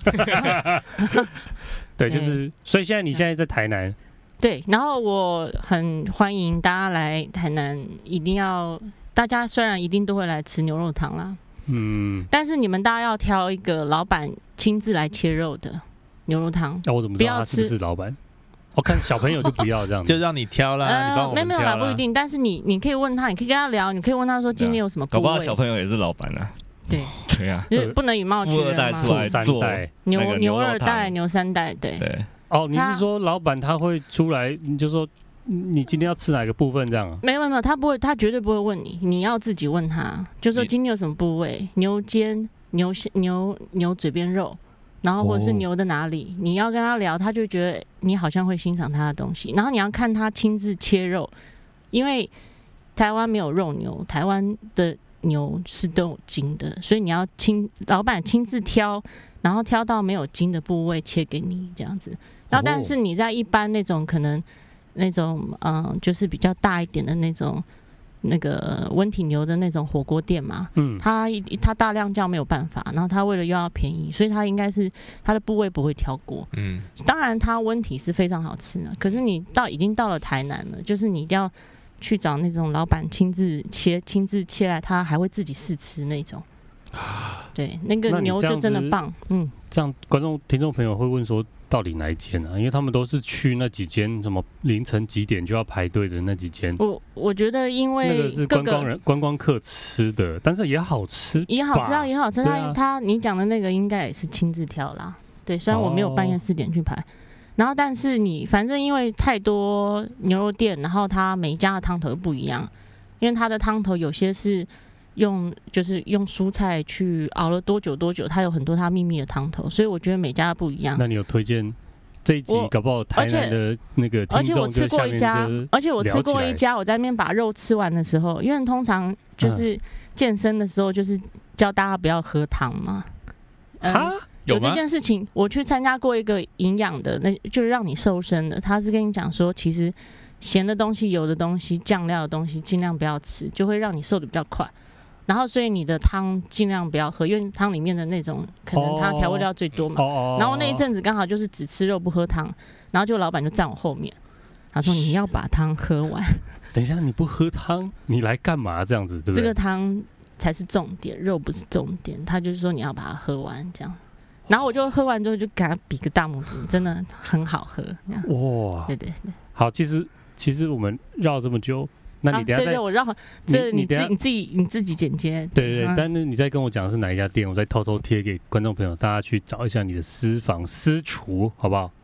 对，就是，所以现在你现在在台南。 对，然后我很欢迎大家来台南，一定要大家虽然一定都会来吃牛肉汤啦，嗯，但是你们大家要挑一个老板亲自来切肉的牛肉汤。 那我怎么知道他是不是老板？我看小朋友就不要这样子， 就让你挑啦，呃、你帮我们挑啦。 没有啦，不一定。但是你你可以问他，你可以跟他聊，你可以问他说今天有什么部位。 搞不好小朋友也是老板啊。 对对啊， 就是不能以貌取人嘛。 富二代出来做牛牛二代、牛三代，对对。 哦，你是说老板他会出来，你就说你今天要吃哪个部分这样啊？ 没有没有，他不会，他绝对不会问你，你要自己问他，就说今天有什么部位，牛肩、牛牛牛嘴边肉。然后或者是牛的哪里，你要跟他聊，他就觉得你好像会欣赏他的东西。然后你要看他亲自切肉，因为台湾没有肉牛，台湾的牛是都有筋的，所以你要亲老板亲自挑，然后挑到没有筋的部位切给你这样子。然后但是你在一般那种可能那种嗯，就是比较大一点的那种。那个温体牛的那种火锅店嘛，嗯，他他大量这样没有办法，然后他为了又要便宜，所以他应该是他的部位不会挑过，嗯，当然他温体是非常好吃的，可是你到已经到了台南了，就是你一定要去找那种老板亲自切，亲自切来，他还会自己试吃那种，对，那个牛就真的棒，嗯， 这样观众听众朋友会问说。到底哪一间啊？因为他们都是去那几间什么凌晨几点就要排队的那几间。 我我觉得因为那个是观光人观光客吃的，但是也好吃， 也好吃啊，也好吃。他、啊、他你讲的那个应该也是亲自挑啦。对，虽然我没有半夜四点去排，哦、然后但是你反正因为太多牛肉店，然后它每一家的汤头不一样，因为它的汤头有些是。用就是用蔬菜去熬了多久多久，它有很多它秘密的汤头，所以我觉得每家不一样。 那你有推荐这一集搞不好台南的那个听众， 而且我吃过一家，而且我吃过一家，我在那边把肉吃完的时候，因为通常就是健身的时候就是叫大家不要喝汤嘛。 嗯、 有这件事情，我去参加过一个营养的，那就是让你瘦身的，他是跟你讲说，其实咸的东西、油的东西、酱料的东西尽量不要吃，就会让你瘦得比较快。然后，所以你的汤尽量不要喝，因为汤里面的那种可能它调味料最多嘛。哦、然后那一阵子刚好就是只吃肉不喝汤，然后就老板就站我后面，他说你要把汤喝完。 等一下，你不喝汤，你来干嘛？这样子对不对？ 这个汤才是重点，肉不是重点。他就是说你要把它喝完这样。然后我就喝完之后就给他比个大拇指，真的很好喝。哇！对对对。 好，其实其实我们绕这么久。那你等一下再、啊、 对对，我让这你自己你自己你自己剪接。 对对对，嗯、但是你再跟我讲是哪一家店，我再偷偷贴给观众朋友，大家去找一下你的私房私厨，好不好？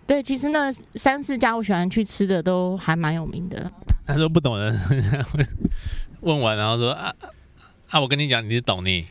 对，其实那三四家我喜欢去吃的都还蛮有名的。 他说不懂的人问完，然后说啊啊，我跟你讲，你是懂你。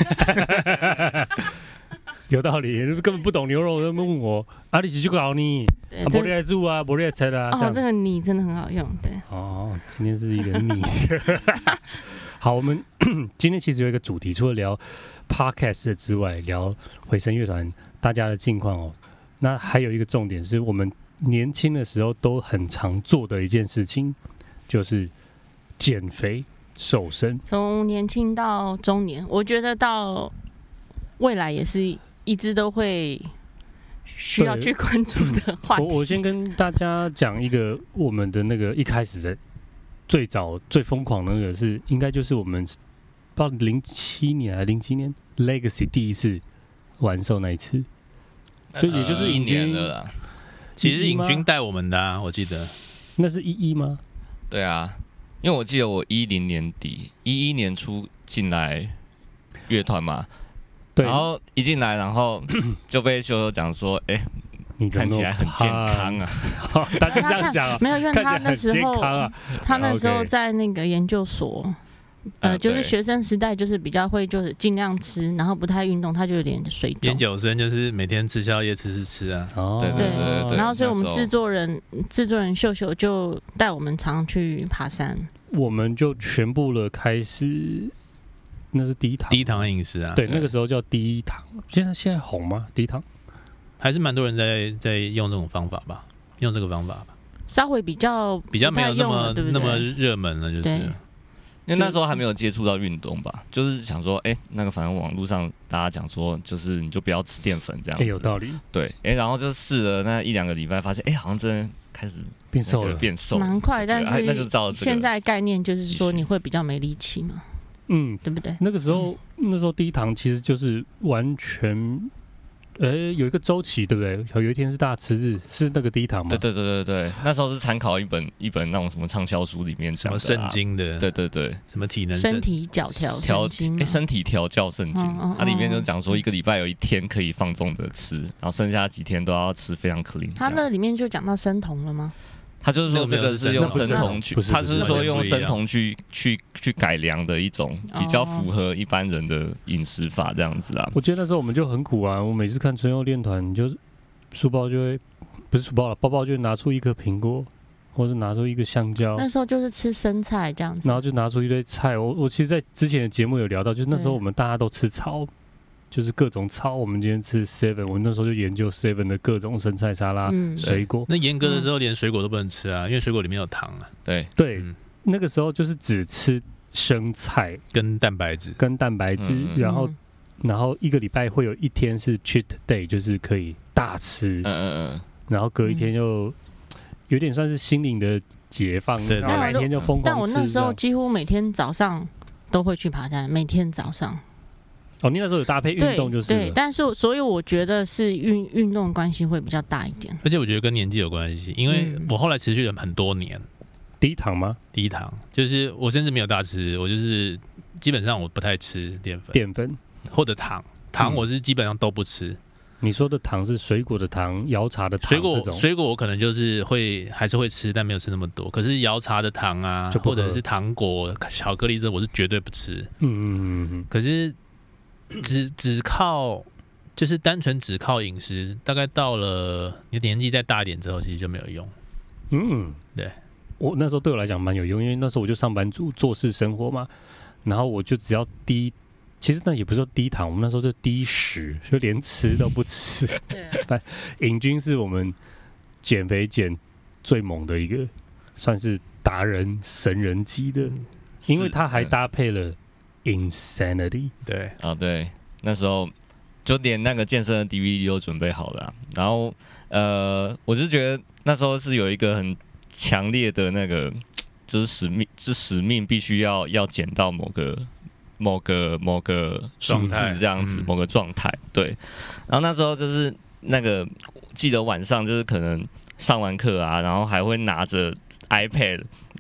有道理，根本不懂牛肉，问我啊，你是去搞你，啊，不来住啊，不来吃啊。 哦，这个你真的很好用，对。 哦，今天是一个你。好，我们今天其实有一个主题，除了聊 podcast 之外，聊回声乐团大家的近况哦。那还有一个重点是我们年轻的时候都很常做的一件事情，就是减肥瘦身。 从年轻到中年，我觉得到未来也是一直都会需要去关注的话题。 我我先跟大家讲一个我们的那个一开始的最早最疯狂的那个是，应该就是我们不知道零七年还是零七年 Legacy 第一次完售那一次。就也就是一年了啦， 其实尹军带我们的啊，我记得那是一一吗？ 对啊，因为我记得我一零年底、一一年初进来乐团嘛， 对， 然后一进来，然后就被秀秀讲说：“哎、欸，你看起来很健康啊。” 大家这样讲啊， 没有，因为他那时候、 啊、 他那时候在那个研究所。呃，就是学生时代，就是比较会，就是尽量吃，然后不太运动，他就有点水肿。 研究生就是每天吃宵夜，吃吃吃啊。 哦，对对对对。 然后，所以我们制作人制作人秀秀就带我们常去爬山。 我们就全部了开始，那是低糖低糖饮食啊。 对，那个时候叫低糖。现在现在红吗？低糖还是蛮多人在在用这种方法吧，用这个方法吧。 稍微比较比较没有那么对对那么热门了，就是。 因为那时候还没有接触到运动吧，就是想说，哎、欸，那个反正网络上大家讲说，就是你就不要吃淀粉这样子， 欸、有道理。 对，哎、欸，然后就试了那一两个礼拜，发现，哎、欸，好像真的开始变瘦了， 变瘦， 蛮快。但是那就照现在概念就是说，你会比较没力气嘛，嗯，对不对？ 那个时候，嗯、那时候低糖其实就是完全。呃、欸，有一个周期，对不对？有一天是大吃日，是那个低糖吗？ 对对对对对，那时候是参考一本一本那种什么畅销书里面讲的、啊， 什么圣经的， 对对对， 什么体能身体调调调哎身体调教圣经，它、 嗯嗯、 里面就讲说一个礼拜有一天可以放纵的吃，然后剩下几天都要吃非常 clean。 它那里面就讲到生酮了吗？ 他就是说这个是用生酮去，他就是说用生酮去去去改良的一种比较符合一般人的饮食法这样子啊。 我觉得那时候我们就很苦啊，我每次看春幼练团，你就书包就会不是书包了，包包就拿出一颗苹果，或者拿出一个香蕉。 那时候就是吃生菜这样子， 然后就拿出一堆菜。我我其实，在之前的节目有聊到，就是那时候我们大家都吃草。就是各种草，我们今天吃 Seven， 我那时候就研究 Seven 的各种生菜沙拉、嗯、水果。 那严格的时候连水果都不能吃啊，因为水果里面有糖啊。 对对、嗯，那个时候就是只吃生菜跟蛋白质， 跟蛋白质、嗯，然后然后一个礼拜会有一天是 cheat day， 就是可以大吃。嗯嗯嗯。然后隔一天又有点算是心灵的解放，对，然后哪一天就疯狂吃。 但我那时候几乎每天早上都会去爬山，每天早上。 哦，你那时候有搭配运动就是了。 对，对，但是所以我觉得是运运动关系会比较大一点， 而且我觉得跟年纪有关系，因为我后来持续了很多年。嗯、 低糖吗？ 低糖，就是我甚至没有大吃，我就是基本上我不太吃淀粉， 淀粉或者糖，糖我是基本上都不吃。嗯、 你说的糖是水果的糖、摇茶的糖， 水果水果我可能就是会还是会吃，但没有吃那么多。可是摇茶的糖啊，或者是糖果、巧克力这我是绝对不吃。嗯嗯嗯嗯。可是。只只靠就是单纯只靠饮食，大概到了你年纪再大一点之后，其实就没有用。 嗯，对，我那时候对我来讲蛮有用，因为那时候我就上班族做事生活嘛，然后我就只要低，其实那也不是说低糖，我们那时候就低食，就连吃都不吃。对，但尹军是我们减肥减最猛的一个，算是达人神人级的，因为他还搭配了。Insanity， 对啊，对，那时候就连那个健身的 D V D 都准备好了、啊，然后呃，我就觉得那时候是有一个很强烈的那个，就是使命，就是使命必须要要减到某个某个某个数字这样子，嗯、某个状态，对。然后那时候就是那个记得晚上就是可能上完课啊，然后还会拿着 iPad。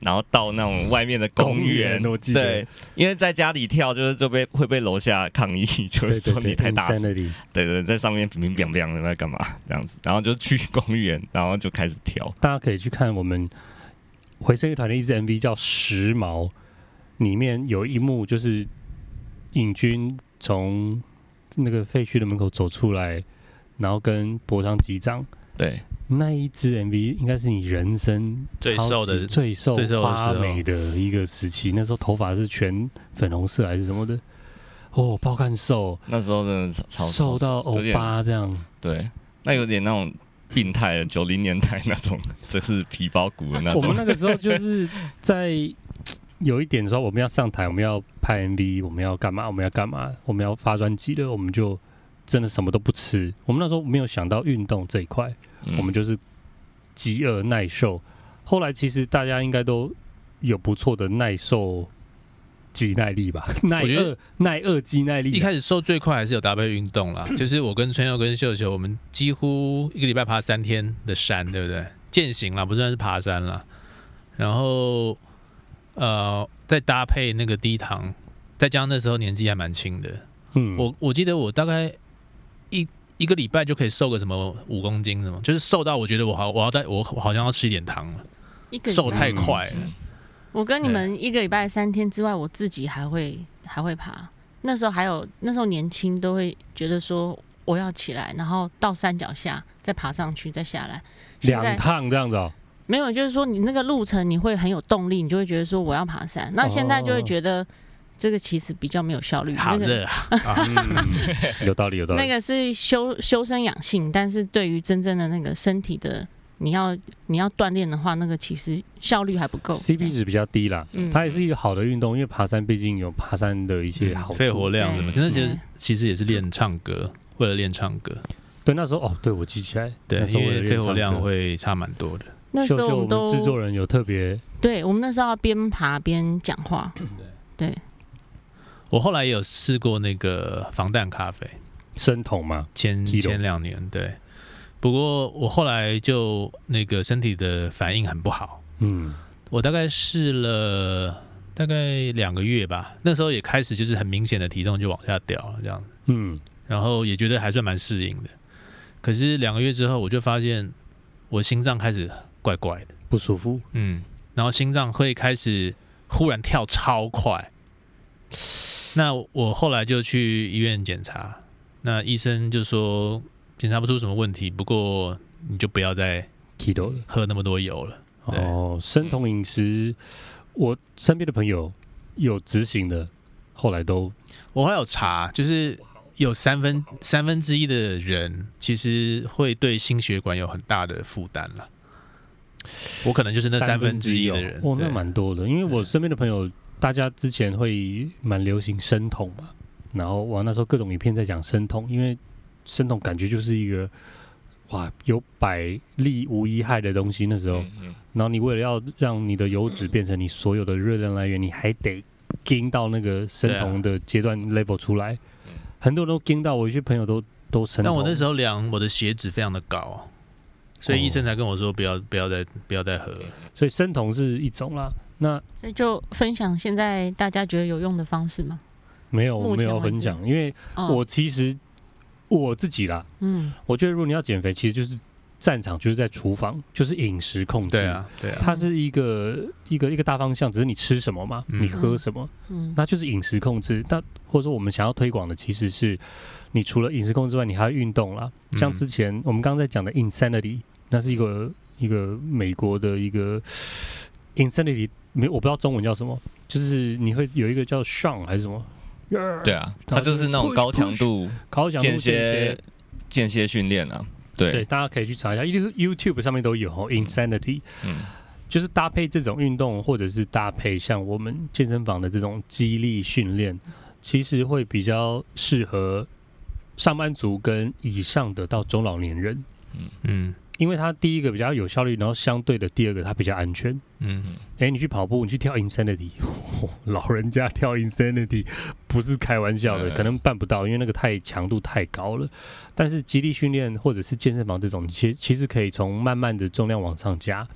然后到那种外面的公园， 我记得， 对，因为在家里跳就是就被会被楼下抗议，就是说你太大声，对对对，在上面乒乒乓乓的在干嘛这样子，然后就去公园，然后就开始跳。 大家可以去看我们回声乐团的一支 M V 叫《时髦》，里面有一幕就是尹君从那个废墟的门口走出来，然后跟博昌击掌。 对， 那一支 M V 应该是你人生最瘦的、 最瘦发美的一个时期。那时候头发是全粉红色还是什么的？哦，爆干瘦， 那时候真的超瘦到欧巴这样。 对，那有点那种病态的九零年代那种，就是皮包骨的那种。 我们那个时候就是在有一点说我们要上台，我们要拍 M V， 我们要干嘛？我们要干嘛？我们要发专辑了，我们就真的什么都不吃。我们那时候没有想到运动这一块。嗯、我们就是饥饿耐受，后来其实大家应该都有不错的耐受肌耐力吧，耐饿耐饿肌耐力。 一开始瘦最快还是有搭配运动啦，就是我跟春佑跟秀秀，我们几乎一个礼拜爬三天的山，对不对？健行啦，不算是爬山啦。然后呃，再搭配那个低糖，再加上那时候年纪还蛮轻的，嗯，我我记得我大概一。一个礼拜就可以瘦个什么五公斤什么，就是瘦到我觉得我好，我要在我我好像要吃一点糖了，瘦太快了。 我跟你们一个礼拜三天之外，我自己还会还会爬。那时候还有那时候年轻都会觉得说我要起来，然后到山脚下再爬上去再下来， 两趟这样子哦。 没有，就是说你那个路程你会很有动力，你就会觉得说我要爬山。那现在就会觉得。这个其实比较没有效率， 好热啊！ 嗯、有道理，有道理。 那个是修修身养性，但是对于真正的那个身体的，你要你要锻炼的话，那个其实效率还不够 ，C P 值比较低啦。嗯、它也是一个好的运动，因为爬山毕竟有爬山的一些好处， 嗯、肺活量什么，真的觉得其实也是练唱歌，为了练唱歌。 对，那时候哦，对我记起来， 对，因为肺活量会差蛮多的。 那时候我们都制作人有特别， 对我们那时候要边爬边讲话，对。对我后来也有试过那个防弹咖啡， 生酮吗？ 前前两年对，不过我后来就那个身体的反应很不好，嗯，我大概试了大概两个月吧，那时候也开始就是很明显的体重就往下掉了这样，嗯，然后也觉得还算蛮适应的，可是两个月之后我就发现我心脏开始怪怪的， 不舒服， 嗯，然后心脏会开始忽然跳超快。那我后来就去医院检查，那医生就说检查不出什么问题，不过你就不要再喝那么多油了。 哦，生酮饮食，我身边的朋友有执行的，后来都我还有查，就是有三分三分之一的人其实会对心血管有很大的负担了。我可能就是那三分之一的人， 哦，那蛮多的，因为我身边的朋友。大家之前会蛮流行生酮嘛，然后哇那时候各种影片在讲生酮，因为生酮感觉就是一个哇有百利无一害的东西那时候，嗯嗯、然后你为了要让你的油脂变成你所有的热量来源，你还得跟到那个生酮的阶段 level 出来，啊、很多人都跟到，我有些朋友都都生酮。 但我那时候量我的血脂非常的高，所以医生才跟我说不要不要再不要再喝， 所以生酮是一种啦。那所以就分享现在大家觉得有用的方式吗？ 没有，我没有分享，因为我其实、哦、我自己啦，嗯，我觉得如果你要减肥，其实就是战场就是在厨房，就是饮食控制， 对啊，对啊， 它是一个一个一个大方向，只是你吃什么嘛，嗯、你喝什么，嗯，那就是饮食控制。那或者说我们想要推广的，其实是你除了饮食控制之外，你还要运动啦。嗯、像之前我们刚刚在讲的 Insanity， 那是一个一个美国的一个 Insanity。没，我不知道中文叫什么，就是你会有一个叫 Sean 还是什么？ 对啊，它就是那种高强度、 高强度间歇间歇训练啊。对对，大家可以去查一下 ，YouTube 上面都有 Insanity， 嗯，就是搭配这种运动，或者是搭配像我们健身房的这种肌力训练，其实会比较适合上班族跟以上的到中老年人。嗯嗯。因为它第一个比较有效率，然后相对的第二个它比较安全。嗯，哎、欸，你去跑步，你去跳 Insanity，、哦、老人家跳 Insanity 不是开玩笑的，可能办不到，因为那个太强度太高了。但是肌力训练或者是健身房这种，其实其实可以从慢慢的重量往上加，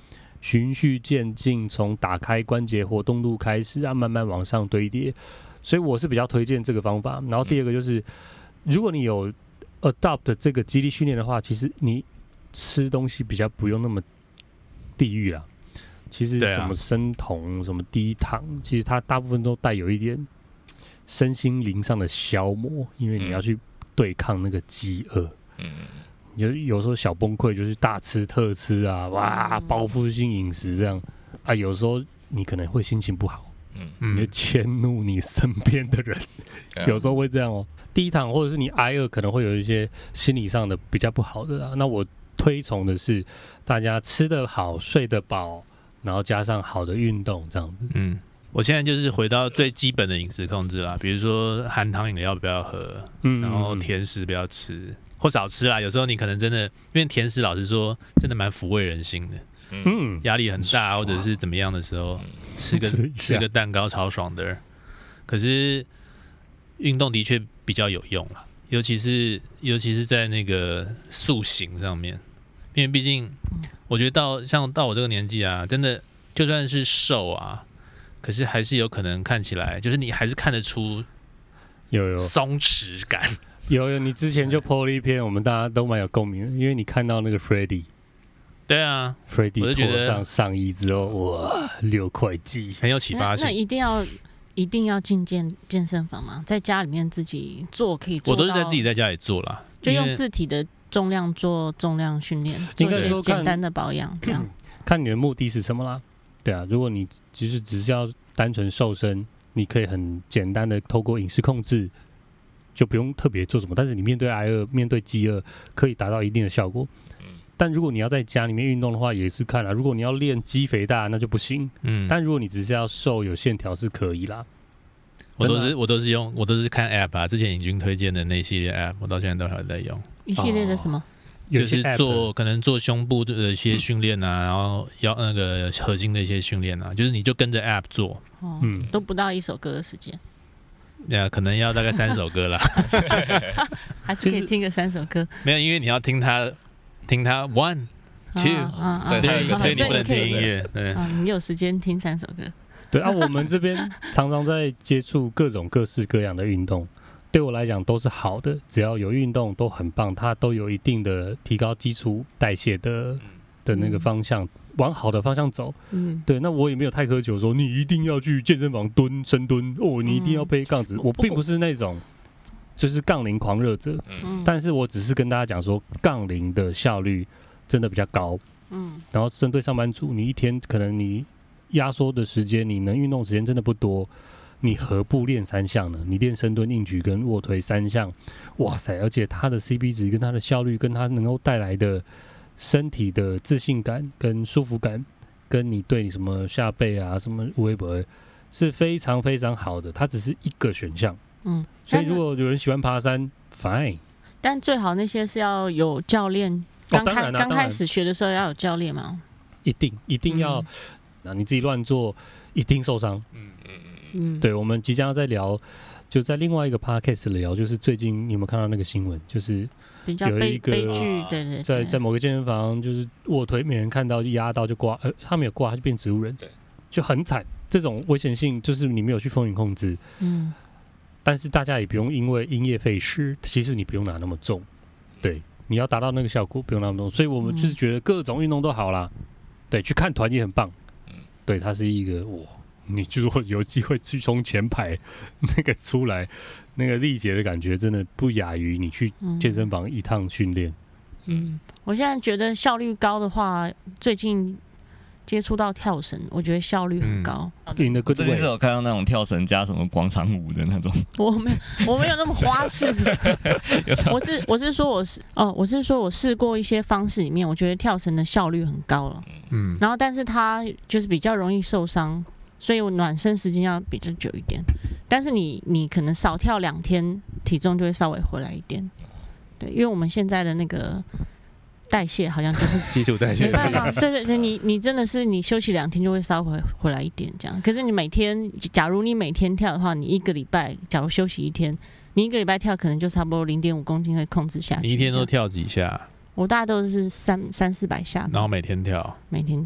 循序渐进，从打开关节活动度开始啊，慢慢往上堆叠。所以我是比较推荐这个方法。然后第二个就是，如果你有 adopt 这个肌力训练的话，其实你吃东西比较不用那么地狱啦。其实什么生酮、什么低糖，其实它大部分都带有一点身心灵上的消磨，因为你要去对抗那个饥饿。嗯，有有时候小崩溃就是大吃特吃啊，哇，报复性饮食这样啊，有时候你可能会心情不好。嗯，你就迁怒你身边的人，有时候会这样哦。低糖或者是你挨饿，可能会有一些心理上的比较不好的啦。那我推崇的是大家吃得好、睡得饱，然后加上好的运动，这样子。 嗯，我现在就是回到最基本的饮食控制啦，比如说含糖饮料不要喝，嗯，然后甜食不要吃，或少吃啦。有时候你可能真的，因为甜食老实说，真的蛮抚慰人心的。嗯，压力很大或者是怎么样的时候，吃个吃个蛋糕超爽的。可是运动的确比较有用啦，尤其是尤其是在那个塑形上面，因为毕竟我觉得到像到我这个年纪啊，真的就算是瘦啊，可是还是有可能看起来，就是你还是看得出有有松弛感。 有有，你之前就 po 了一篇，我们大家都蛮有共鸣的，因为你看到那个 Freddy。 对啊 ，Freddy 脱上上衣之后，哇，六块肌， 很有启发性。 那一定要一定要进健健身房吗？在家里面自己做可以做到？ 我都是在自己在家里做啦， 就用自体的重量做重量训练，做一些简单的保养，这样。 看你的目的是什么啦？对啊，如果你其实只是要单纯瘦身，你可以很简单的透过饮食控制，就不用特别做什么。但是你面对挨饿、面对饥饿，可以达到一定的效果。但如果你要在家里面运动的话，也是看啦。如果你要练肌肥大，那就不行。嗯，但如果你只是要瘦有线条是可以啦。 我都是我都是用我都是看 app 啊，之前尹军推荐的那系列 app， 我到现在都还在用。 一系列的什么？ 就是做可能做胸部的一些训练啊，然后腰那个核心的一些训练啊，就是你就跟着 app 做。 哦，嗯，都不到一首歌的时间。 呀，可能要大概三首歌啦。 还是可以听个三首歌。 没有，因为你要听它。听他 one two， 对，所以你不能听音乐。对， 你有时间听三首歌。 对啊，我们这边常常在接触各种各式各样的运动，对我来讲都是好的，只要有运动都很棒，它都有一定的提高基础代谢的的那个方向，往好的方向走。嗯，对，那我也没有太苛求说你一定要去健身房蹲深蹲哦，你一定要背杠子，我并不是那种。就是杠铃狂热者，嗯，但是我只是跟大家讲说，杠铃的效率真的比较高，嗯，然后针对上班族，你一天可能你压缩的时间，你能运动时间真的不多，你何不练三项呢？你练深蹲、硬举跟卧推三项，哇塞！而且它的 C P 值跟它的效率，跟它能够带来的身体的自信感跟舒服感，跟你对你什么下背啊、什么微博是非常非常好的，它只是一个选项。嗯，所以如果有人喜欢爬山 ，fine。 但最好那些是要有教练，刚开刚开始学的时候要有教练吗？ 一定一定要，那、嗯、你自己乱做一定受伤。嗯嗯嗯。对，我们即将要再聊，就在另外一个 podcast 聊，就是最近你有没有看到那个新闻？就是有一个悲剧，对对， 在在某个健身房，就是卧推没人看到，压到就挂，呃，他没有挂，他就变植物人，对，就很惨。这种危险性就是你没有去风险控制，嗯。但是大家也不用因为因噎废食，其实你不用拿那么重，对，你要达到那个效果不用那么重，所以我们就是觉得各种运动都好啦，对，去看团也很棒，对，它是一个哇，你如果有机会去从前排那个出来，那个力竭的感觉真的不亚于你去健身房一趟训练。 嗯，我现在觉得效率高的话，最近。接触到跳绳，我觉得效率很高。 嗯、最近是有看到那种跳绳加什么广场舞的那种。 我没有，我没有那么花式。我是我是说我是哦，我是说我试过一些方式里面，我觉得跳绳的效率很高了。嗯。然后，但是它就是比较容易受伤，所以我暖身时间要比较久一点。但是你你可能少跳两天，体重就会稍微回来一点。对，因为我们现在的那个。代谢好像就是基础代谢， 没办法，对对对，你你真的是你休息两天就会稍微回来一点这样。可是你每天，假如你每天跳的话，你一个礼拜假如休息一天，你一个礼拜跳可能就差不多零点五公斤会控制下去。 你一天都跳几下？ 我大概都是三三四百下， 然后每天跳， 每天跳。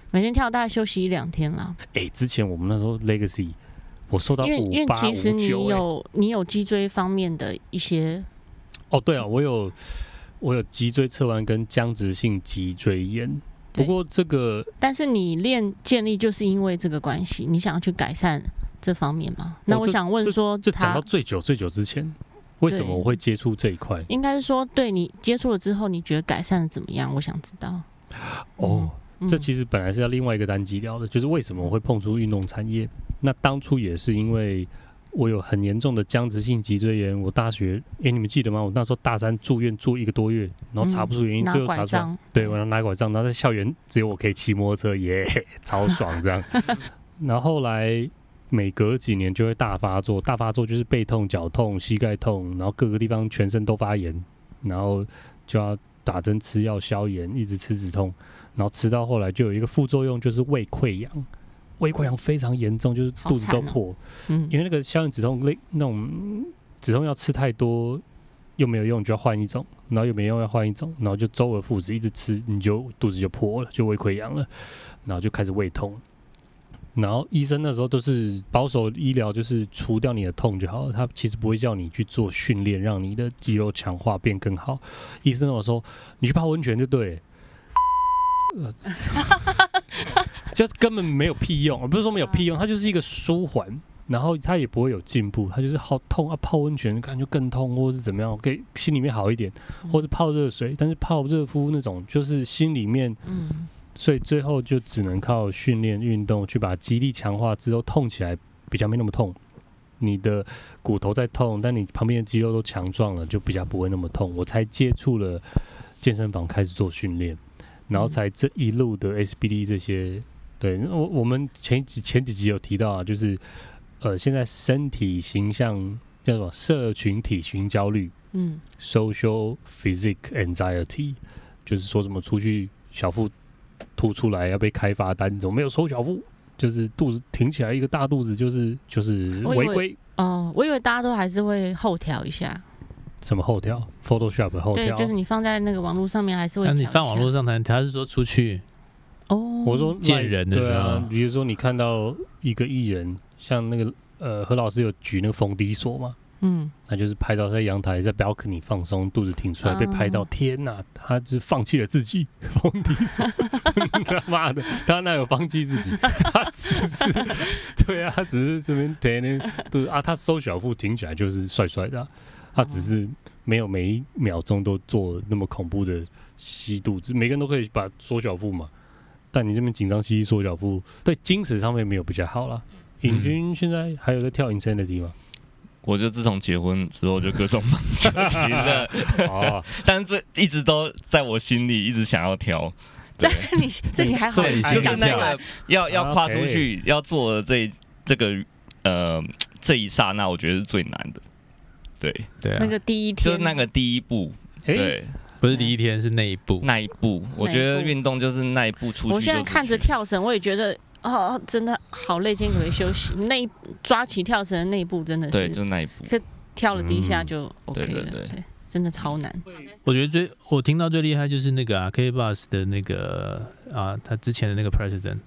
每天跳大概休息一两天啦。 哎、欸，之前我们那时候 Legacy， 我瘦到五八五九， 因为因为其实你有你有脊椎方面的一些。 哦，对啊，我有我有脊椎侧弯跟僵直性脊椎炎。不过这个， 但是你练健力就是因为这个关系，你想要去改善这方面吗？那我想问说， 这讲到最久最久之前，为什么我会接触这一块？ 应该是说，对你接触了之后，你觉得改善的怎么样？我想知道。 哦，嗯、这其实本来是要另外一个单集聊的，就是为什么我会碰触运动产业。那当初也是因为我有很严重的僵直性脊椎炎，我大学，哎，你们记得吗？我那时候大三住院住一个多月，然后查不出原因，嗯、最后查出来，对，我要拿拐杖，然后在校园只有我可以骑摩托车，耶，超爽这样。然后后来每隔几年就会大发作，大发作就是背痛、脚痛、膝盖痛，然后各个地方全身都发炎，然后就要打针吃药消炎，一直吃止痛，然后吃到后来就有一个副作用，就是胃溃疡。胃溃疡非常严重，就是肚子都破。嗯，因为那个消炎止痛类那种止痛药吃太多又没有用，就要换一种，然后又没用要换一种，然后就周而复始，一直吃你就肚子就破了，就胃溃疡了，然后就开始胃痛。然后医生那时候都是保守医疗，就是除掉你的痛就好了，他其实不会叫你去做训练，让你的肌肉强化变更好。医生跟我说，你去泡温泉就对了。呃就根本没有屁用，不是说没有屁用，它就是一个舒缓，然后它也不会有进步，它就是好痛啊！泡温泉感觉更痛，或是怎么样，可以心里面好一点，或是泡热水，但是泡热敷那种就是心里面，嗯，所以最后就只能靠训练运动去把肌力强化之后，痛起来比较没那么痛。你的骨头在痛，但你旁边的肌肉都强壮了，就比较不会那么痛。我才接触了健身房，开始做训练，然后才这一路的 S B D 这些。对，我我们前几前几集有提到啊，就是呃，现在身体形象叫什么？社群体型焦虑，嗯 ，social physique anxiety， 就是说什么出去小腹凸出来要被开罚单，怎么没有收小腹？就是肚子挺起来一个大肚子，就是就是违规。 哦，我以为大家都还是会后调一下。 什么后调 ？Photoshop 的后调？ 对，就是你放在那个网络上面还是会调一下。 那你放网络上谈，他是说出去。 哦，我说见人的时候， 对啊，比如说你看到一个艺人，像那个呃何老师有举那个冯迪索嘛，嗯，那就是拍到在阳台在 balcony 放松，肚子挺出来，被拍到，天哪，他就是放弃了自己，冯迪索，他妈的，他哪有放弃自己？他只是，对啊，他只是这边贴那肚子啊，他收小腹挺起来就是帅帅的、啊，他只是没有每一秒钟都做那么恐怖的吸肚子，每个人都可以把缩小腹嘛。但你这边紧张吸缩小腹，对精神上面没有比较好啦。尹君现在还有在跳 Insanity 吗？ 我就自从结婚之后就各种忙就停了，哦，但是这一直都在我心里，一直想要跳。 这你这你还好， 就是那个要要跨出去， okay. 要做的这这个呃这一刹那，我觉得是最难的。对对啊， 那个第一天就是那个第一步，对。 不是第一天，是那一步。 那一步，我觉得运动就是那一步出去。 我现在看着跳绳，我也觉得哦，真的好累，今天可不可以休息？那一抓起跳绳的那一步真的是， 对，就那一步。 可跳了第一下就 OK 了， 嗯、对对 对, 对，真的超难。 我觉得最我听到最厉害就是那个啊 ，K K Box 的那个啊，他之前的那个 President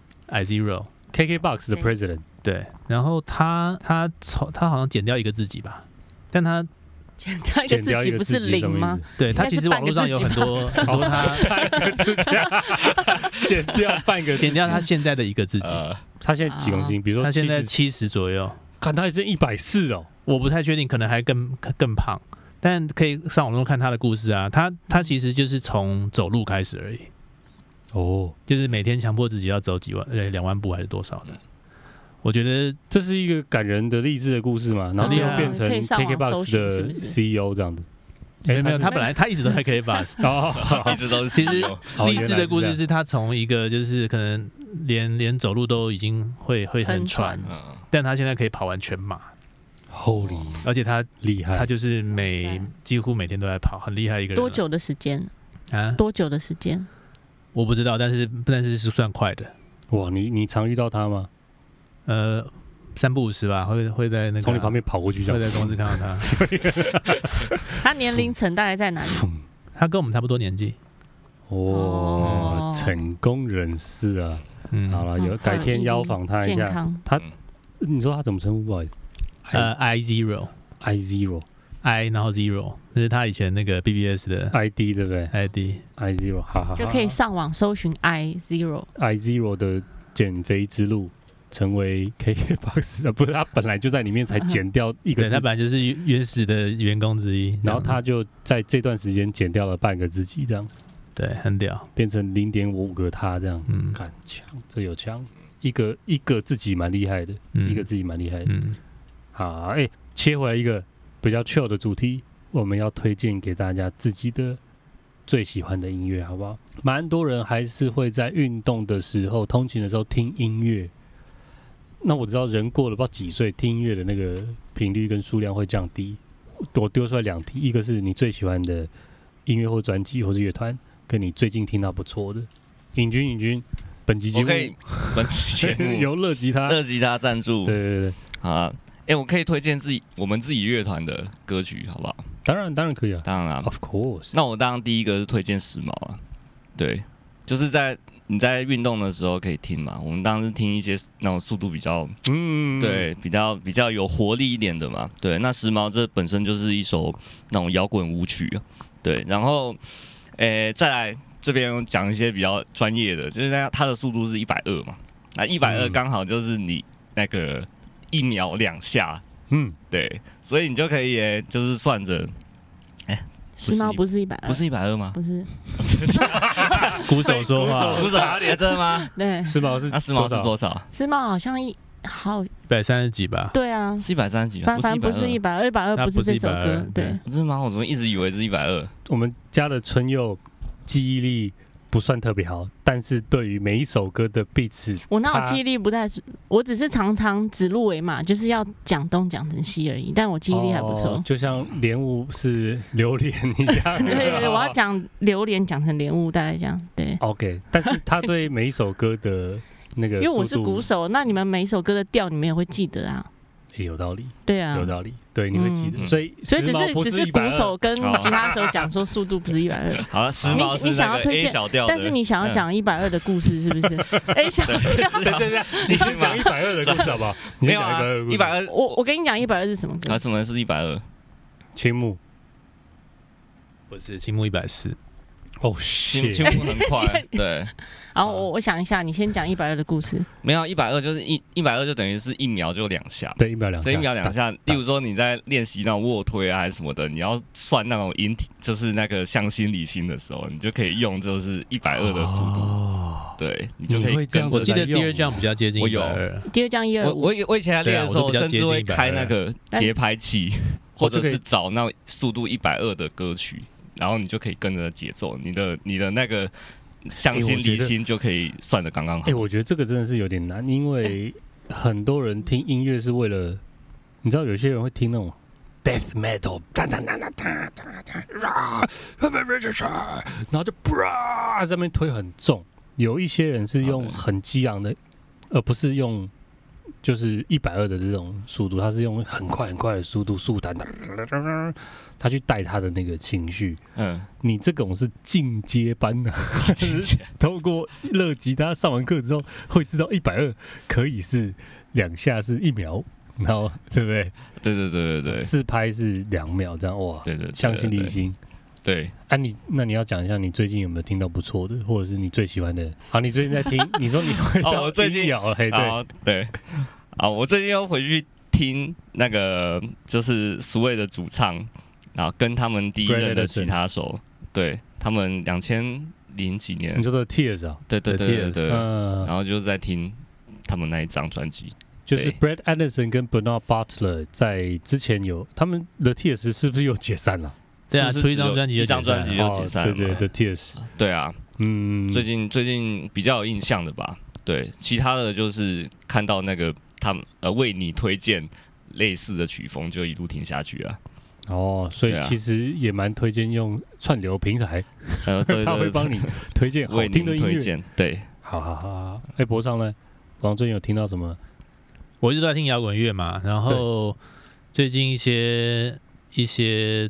I Zero，K K Box 的 President， 对，然后他他他好像减掉一个自己吧，但他。 减掉一个自己不是零吗？ 对，他其实网络上有很多很多他减掉半个， 减掉他现在的一个自己。 呃、他现在几公斤？比如说他现在七十左右， 看他也是一百四哦。 我不太确定，可能还更更胖，但可以上网络看他的故事啊。他他其实就是从走路开始而已。哦，就是每天强迫自己要走几万，呃，两万步还是多少的？我觉得这是一个感人的励志的故事嘛，然后最后变成 K K Box 的 C E O 这样的。 没有没有，他本来他一直都在 K K Box， 一直都是。 其实励志的故事是他从一个就是可能连连走路都已经会会很喘，但他现在可以跑完全马。 Holy， 而且他厉害， 他就是每几乎每天都在跑，很厉害一个人。 多久的时间啊？多久的时间？ 我不知道，但是但是是算快的。 哇，你你常遇到他吗？ 呃，三不五时吧，会会在那个从你旁边跑过去， 会在公司看到他。 他年龄层大概在哪里？ 他跟我们差不多年纪。 哦， 个成功人士啊。嗯，好了，有改天邀访他一下。他，你说他怎么称呼？不好意思， 呃 ，I Zero，I Zero，I 然后 Zero， 这是他以前那个 B B S 的 I D 对不对 ？I D，I Zero， 好好好， 就可以上网搜寻 I Zero，I Zero 的减肥之路。成为 K K B O X 啊，不是他本来就在里面才减掉一个， 对他本来就是原始的员工之一， 然后他就在这段时间减掉了半个自己，这样， 对，很屌， 变成零点五个他这样，嗯，看强，这有强，一个一个自己蛮厉害的，嗯、一个自己蛮厉害的，嗯，好，哎、欸，切回来一个比较 chill 的主题，我们要推荐给大家自己的最喜欢的音乐，好不好？蛮多人还是会在运动的时候、通勤的时候听音乐。那我知道人过了不知道几岁，听音乐的那个频率跟数量会降低。我丢出来两题，一个是你最喜欢的音乐或专辑或是乐团，跟你最近听到不错的。尹君，尹君，本集节目， 我可以本集节目由乐吉他， 乐吉他赞助。 对对对， 好啊，哎、欸，我可以推荐自己我们自己乐团的歌曲，好不好？ 当然，当然可以啊， 当然啊 ，Of course。 那我当然第一个是推荐时髦啊，对，就是在。你在运动的时候可以听嘛？我们当时听一些那种速度比较，嗯，对，比较比较有活力一点的嘛。对，那时髦这本身就是一首那种摇滚舞曲，对。然后，诶、欸，再来这边讲一些比较专业的，就是它的速度是一百二嘛，那一百二刚好就是你那个一秒两下，嗯，对，所以你就可以、欸、就是算着，哎、欸。 时髦不是一百二， 不是一百二吗？ 不是， 鼓手说话， 鼓手哪里真的吗？ 对， 时髦是那时髦是多少？ 时髦好像一好一百三十几吧？ 对啊， 是一百三十几， 反反正不是一百二，一百二不是这首歌，对， 真的吗？我怎么一直以为是一百二？ 我们家的春佑记忆力不算特别好，但是对于每一首歌的 beats， 我那我记忆力不太，我只是常常指鹿为马，就是要讲东讲成西而已，但我记忆力还不错、哦。 就像莲雾是榴莲一样。 对对对，我要讲榴莲讲成莲雾，大概这样。对。 OK， 但是他对每一首歌的那个， 因为我是鼓手，那你们每一首歌的调，你们也会记得啊。 也有道理。 对啊， 有道理。对，你会记得， 嗯、 所以所以只是只是鼓手跟吉他手讲说速度不是一百二。 好，时髦是那个 A 小调， 但是你想要讲一百二的故事是不是 ？A 小调。 对对对，你先讲一百二的故事好不好？ 没有啊，一百二， 我我跟你讲一百二是什么歌？ 啊，什么是一百二？ 青木， 不是青木一百四。 哦， 青青木很快，对。 然后我我想一下，你先讲一百二的故事。 没有一百二就是一一百二就等于是一秒就两下， 对，一秒两下， 所以一秒两下。例如说你在练习那种卧推啊还是什么的，你要算那种引体，就是那个向心离心的时候，你就可以用就是一百二的速度。哦，对，你就可以跟。 我记得第二降比较接近一百二， 第二降一二五。 我我我以前在练的时候，甚至会开那个节拍器，或者是找那速度一百二的歌曲。然后你就可以跟着节奏，你的你的那个向心离心就可以算得刚刚好。 哎、欸，我觉得这个真的是有点难，因为很多人听音乐是为了，你知道有些人会听那种 death metal， 然后就在那边推很重。有一些人是用很激昂的，而不是用就是一百二的这种速度，他是用很快很快的速度速弹，他去带他的那个情绪。嗯，你这种是进阶班的、啊，就是透过乐吉他上完课之后会知道一百二可以是两下是一秒，然后对不对？ 对对对对对， 四拍是两秒，这样哇， 对对， 向心离心。 对， 啊你，你那你要讲一下，你最近有没有听到不错的，或者是你最喜欢的？好，你最近在听，你说你会哦，我最近有，嘿，对对，啊，我最近又回去听那个就是Sway的主唱，然后跟他们第一任的吉他手，对他们两千零几年， 你说的 Tears 啊， 对对对对对，嗯，然后就是在听他们那一张专辑。 就是 Brad Anderson 跟 Bernard Butler 在之前有他们的 Tears 是不是又解散了？ 对啊，出一张专辑就解散，就解散了。 对对对 ，Tears。 对啊，嗯，最近最近比较有印象的吧？对，其他的就是看到那个他们呃为你推荐类似的曲风，就一路听下去啊。 哦，所以其实也蛮推荐用串流平台，呃，他会帮你推荐好听的音乐。 对， 好好好好。哎，博尚呢？博尚最近有听到什么？ 我一直都在听摇滚乐嘛，然后最近一些一些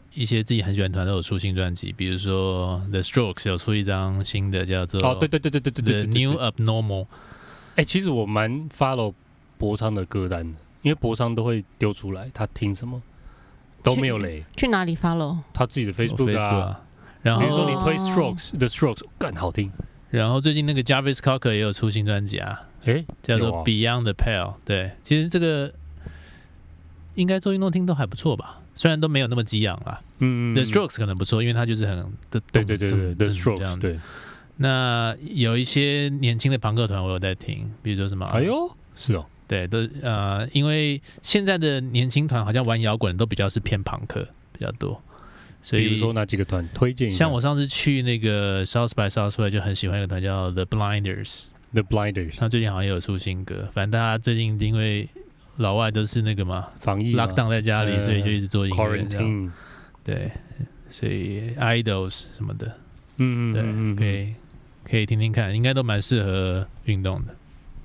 一些自己很喜欢的团都有出新专辑，比如说 The Strokes 有出一张新的叫做哦，对对对对对对对 The New Abnormal。 哎、欸，其实我蛮 follow 博昌的歌单的，因为博昌都会丢出来他听什么，都没有雷。 去, 去哪里 follow？ 他自己的 Facebook 啊。 哦、Facebook 啊然后比如说你推 Strokes、哦、The Strokes 更好听。 然后最近那个 Jarvis Cocker 也有出新专辑啊，哎、欸，叫做 Beyond the Pale。对，其实这个应该做运动听都还不错吧，虽然都没有那么激昂啦。嗯 ，The Strokes 可能不错，因为它就是很对对对对 The Strokes 对。 那有一些年轻的朋克团我有在听，比如说什么？ 哎呦，是哦， 对，都呃，因为现在的年轻团好像玩摇滚都比较是偏朋克比较多，所以比如说哪几个团推荐一下？ 像我上次去那个 South by Southwest 就很喜欢一个团叫 The Blinders，The Blinders， 他最近好像也有出新歌，反正大家最近因为老外都是那个嘛防疫 lockdown 在家里，呃、所以就一直做音乐 ，quarantine， 对，所以 Idols 什么的， 嗯对，嗯可以。可以听听看，应该都蛮适合运动的。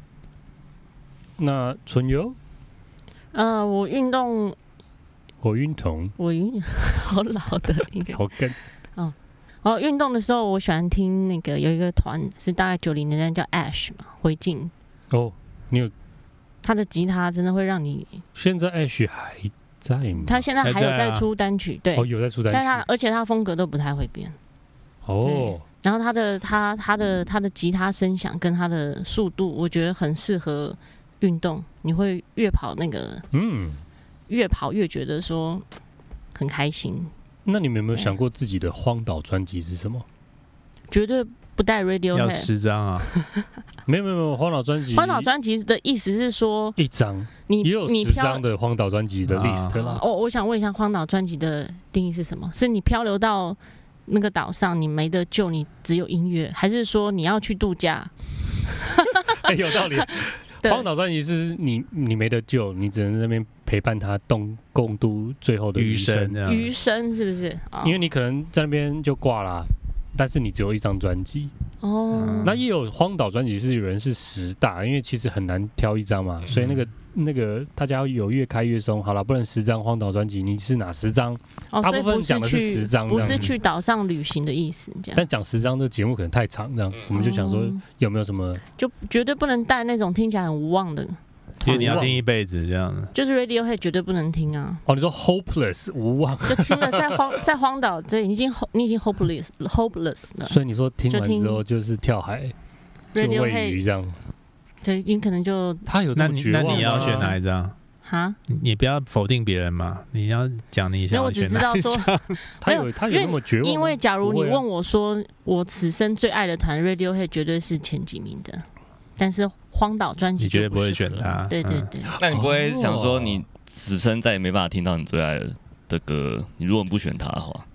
那春游？ 呃，我运动， 我运动， 我运好老的一个， 好跟哦哦，运动的时候我喜欢听那个有一个团是大概九零年代叫 Ash 嘛，灰烬。 哦，你有他的吉他真的会让你。 现在 Ash 还在吗？ 他现在还有在出单曲，对， 哦，有在出单曲， 但他而且他风格都不太会变。 哦。 然后他的他他的他的吉他声响跟他的速度，我觉得很适合运动。你会越跑那个，嗯，越跑越觉得说很开心。 那你们有没有想过自己的荒岛专辑是什么？ 绝对不带 Radiohead， 要十张啊！ 没有没有没有，荒岛专辑， 荒岛专辑的意思是说一张， 你也有十张的荒岛专辑的 list 啦。 哦，我想问一下，荒岛专辑的定义是什么？是你漂流到那个岛上，你没得救，你只有音乐，还是说你要去度假？ 哎、欸，有道理。荒岛专辑是你你没得救，你只能在那边陪伴他共共度最后的余生。 余生是不是？哦、 因为你可能在那边就挂啦，但是你只有一张专辑。哦，那也有荒岛专辑是有人是十大，因为其实很难挑一张嘛，所以那个那个大家有越开越松。好了，不然十张荒岛专辑，你是哪十张？ 哦， 大部分讲的是十张， 不是去岛上旅行的意思，这样。 但讲十张这个节目可能太长，这样、嗯、我们就想说有没有什么， 就绝对不能带那种听起来很无望的。 因为你要听一辈子这样的， 就是 Radiohead 绝对不能听啊！ 哦，你说 hopeless 无望， 就听了在荒在荒岛，这已经你已经 hopeless hopeless 了。 所以你说听完之后就是跳海，就喂鱼这样。 对，你可能就他有这么绝望吗？ 那你要选哪一张？ 哈， 你不要否定别人嘛，你要讲你想要选哪一张。 我只知道说， 他有他有那么绝望吗？ 因为假如你问我说，我此生最爱的团 Radiohead 绝对是前几名的。但是荒岛专辑你绝对不会选他， 对对对。 嗯、那你不会想说你此生再也没办法听到你最爱的歌？你如果不选他的话，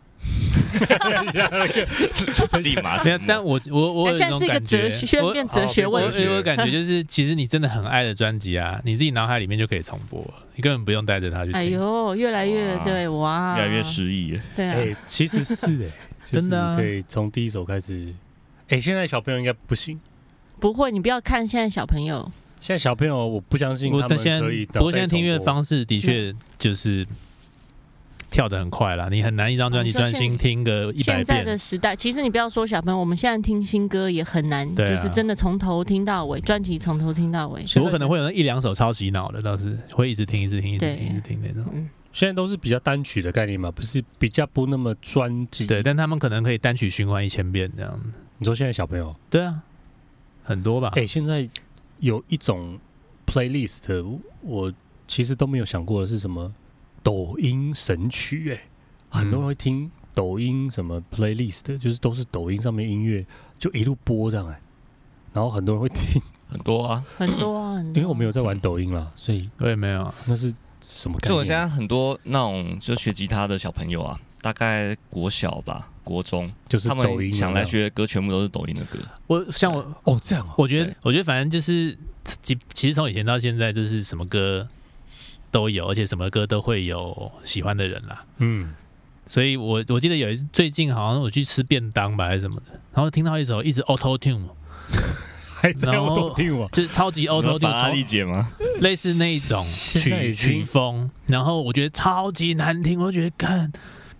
立马。 但我我我有一种感觉， 现在变哲学问题。 我有感觉就是，其实你真的很爱的专辑啊，你自己脑海里面就可以重播，你根本不用带着它去听。 哎呦，越来越对哇， 越来越失忆。 对啊， 哎，其实是哎， 真的可以从第一首开始。哎，现在小朋友应该不行。 不会，你不要看现在小朋友。 现在小朋友，我不相信他们可以。 不过现在听音乐方式的确就是跳得很快啦，你很难一张专辑专心听个一百遍。 现在的时代，其实你不要说小朋友，我们现在听新歌也很难，啊、就是真的从头听到尾，专辑从头听到尾。 我可能会有那一两首超洗脑的，倒是会一直听、一直听、一直听、一直听那种。嗯， 现在都是比较单曲的概念嘛，不是比较不那么专辑。 对，但他们可能可以单曲循环一千遍这样。 你说现在小朋友？ 对啊。很多吧， 哎、欸，现在有一种 playlist， 我其实都没有想过的是什么抖音神曲、欸，哎，很多人会听抖音什么 playlist， 就是都是抖音上面音乐就一路播这样、欸，哎，然后很多人会听， 很多啊， 很多啊，很多啊， 因为我没有在玩抖音啦，所以我也没有， 那是什么概念？ 就我现在很多那种就学吉他的小朋友啊，大概国小吧。国中就是抖音， 想来学的歌全部都是抖音的歌。 我像我哦这样、哦， 我觉得我觉得反正就是其其实从以前到现在，就是什么歌都有，而且什么歌都会有喜欢的人啦。嗯，所以我我记得有一次最近好像我去吃便当吧还是什么的，然后听到一首一直 auto tune， 还在 auto tune， 就是超级 auto tune， 法拉利姐吗？ 类似那一种曲曲风，然后我觉得超级难听，我就觉得干。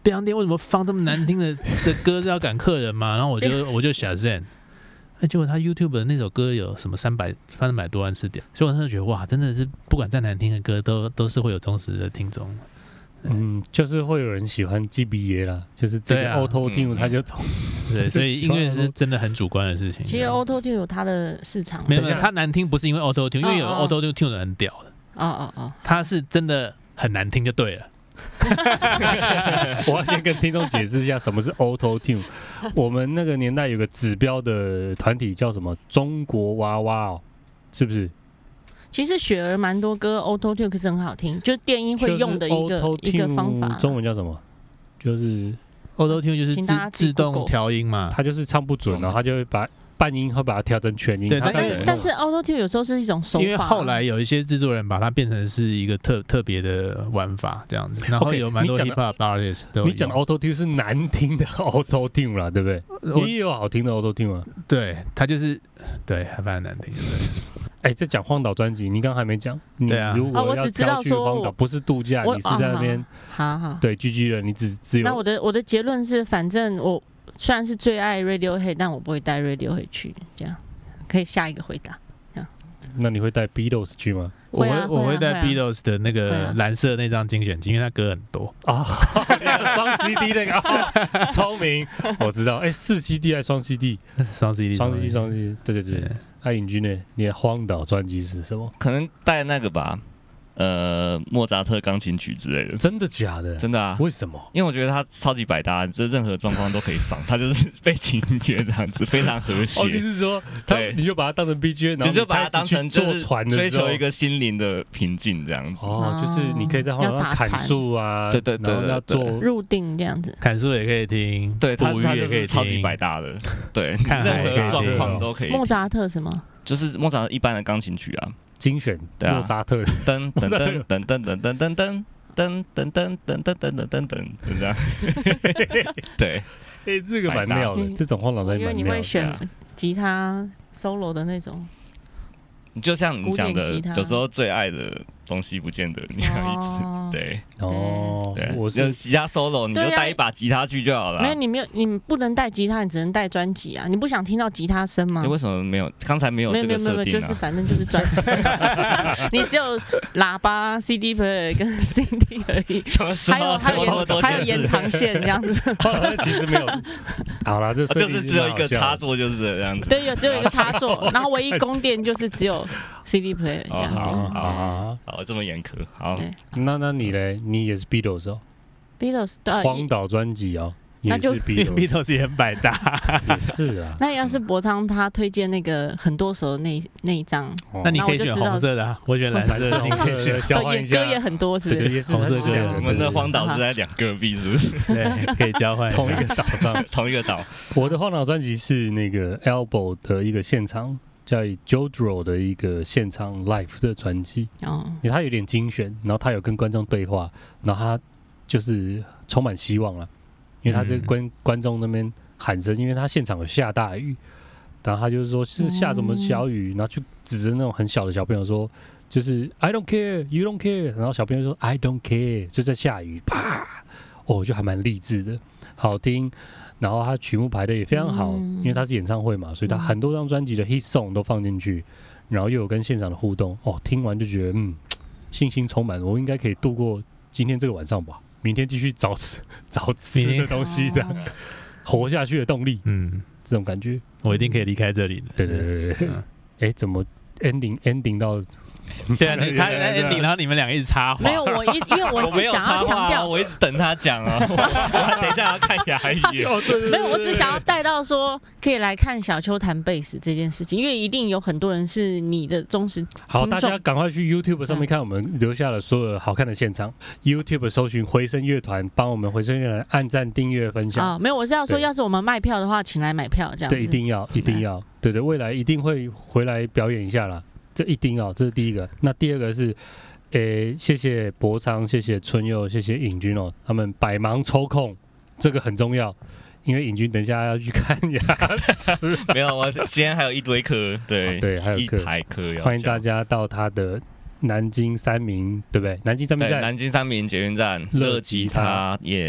便当店为什么放这么难听的的歌是要赶客人嘛？然后我就我就想 Zen， 哎，结果他 YouTube 的那首歌有什么三百三百多万次点，所以我真的觉得哇，真的是不管再难听的歌都都是会有忠实的听众。 嗯，就是会有人喜欢 G B A 啦，就是这个 Auto Tune 它就从、 嗯、对，所以音乐是真的很主观的事情。 其实 Auto Tune 有它的市场， 没有没有，它难听不是因为 Auto Tune， 因为有 Auto Tune Tune 的很屌的。 哦哦哦， 它是真的很难听就对了。 我要先跟听众解释一下什么是 Auto Tune。我们那个年代有个指标的团体叫什么中国娃娃哦，是不是？ 其实雪儿蛮多歌 Auto Tune 可是很好听，就是电音会用的一个一个方法。 中文叫什么？就是 Auto Tune 就是自自动调音嘛， 它就是唱不准，然后它就会把半音会把它调成全音。 对， 但是但是 Auto Tune 有时候是一种手法， 因为后来有一些制作人把它变成是一个特特别的玩法这样子，然后有蛮多 hip hop artists 都有。 你讲的 Auto Tune 是难听的 Auto Tune 啦，对不对？你也有好听的 Auto Tune 啊？ 对，它就是对，还蛮难听的。对。 哎，这讲荒岛专辑，你刚刚还没讲。 对啊， 如果要挑去荒岛，不是度假，你是在那边， 好好对，G G 人，你只只有。 那我的我的结论是，反正我虽然是最爱 Radiohead， 但我不会带 Radiohead 去，这样可以下一个回答。这样， 那你会带 Beatles 去吗？ 我会我会带 Beatles 的那个蓝色那张精选集，因为它歌很多啊，双 C D 那个，聪明，我知道。哎，四 C D 还是双 C D？ 双 C D， 双 C D， 双 C D， 对对对。那尹君呢？你的荒岛专辑是什么？ 可能带那个吧，呃，莫扎特钢琴曲之类的。 真的假的？ 真的啊！ 为什么？ 因为我觉得它超级百搭，这任何状况都可以放，它就是背景音乐这样子，非常和谐。 哦，你是说，对，你就把它当成 B G M， 然后你就把它当成坐船的追求一个心灵的平静这样子。 哦，就是你可以在荒岛上砍树啊， 对对对， 然后要做入定这样子， 砍树也可以听， 对，它它也可以超级百搭的，对， 看任何状况都可以。 莫扎特什么？ 就是莫扎特一般的钢琴曲啊， 精选莫扎特， 噔噔噔噔噔噔噔噔噔噔噔噔噔噔噔噔噔噔，就这样。对， 哎，这个蛮妙的，这种荒岛专辑蛮妙的。 因为你会选吉他 solo 的那种， 就像你讲的，有时候最爱的东西不见得你要一直对哦， 对， 我是吉他 solo， 你就带一把吉他去就好了。 没有，你没有，你不能带吉他，你只能带专辑啊！你不想听到吉他声吗？ 你为什么没有？刚才没有这个设定啊？ 没有没有没有，就是反正就是专辑，你只有喇叭、C D player 跟 C D 而已，还有还有延还有延长线这样子。 其实没有，好啦，这就是只有一个插座，就是这样子。 对，有只有一个插座，然后唯一供电就是只有 C D player 这样子。 好好好，这么严苛。好， 那那你嘞？你也是 Beatles 哦 ？Beatles 荒岛专辑哦，也是 Beatles 也很百搭， 也是啊。 那要是博昌他推荐那个很多首那那一张， 那你可以选红色的啊，我选蓝色的，你可以选交换一下。 歌也很多，是不是？ 也是红色歌。 我们的荒岛是在两个币，是不是？ 对，可以交换同一个岛上， 同一个岛。 我的荒岛专辑是那个 Elbow 的一个现场。叫 Jodro 的一个现场 live 的专辑，哦，因为他有点精选，然后他有跟观众对话，然后他就是充满希望了，因为他在跟观众那边喊声，因为他现场有下大雨，然后他就是说是下什么小雨，然后去指着那种很小的小朋友说，就是 I don't care, you don't care， 然后小朋友说 I don't care， 就在下雨，啪，哦，就还蛮励志的，好听。然后他曲目排的也非常好，嗯、因为他是演唱会嘛，所以他很多张专辑的 hit song 都放进去，然后又有跟现场的互动，哦，听完就觉得嗯，信心充满，我应该可以度过今天这个晚上吧，明天继续找吃找吃的东西，这样、哦、活下去的动力，嗯，这种感觉， 我一定可以离开这里的。 对对对对，哎、嗯，怎么 ending ending 到？ 对啊，他在 ending， 然后你们两个一直插话。 没有，我一因为我只想要强调， 我一直等他讲啊。我等一下要看牙医。 没有，我只想要带到说，可以来看小丘弹贝斯这件事情，因为一定有很多人是你的忠实听众。 好，大家赶快去 YouTube 上面看我们留下了所有好看的现场。嗯、YouTube 搜寻回声乐团，帮我们回声乐团按赞、订阅、分享。 啊、哦，没有，我是要说，要是我们卖票的话，请来买票这样子。 对，一定要，一定要。对对，未来一定会回来表演一下啦。这一定要，这是第一个。那第二个是，诶，谢谢博昌，谢谢春佑，谢谢尹君哦，他们百忙抽空，这个很重要，因为尹君等一下要去看牙齿。 没有，我今天还有一堆科，对、 哦、对，还有一排科要。 欢迎大家到他的南京三民，对不对？南京三民站， 南京三民捷运站，乐吉他耶。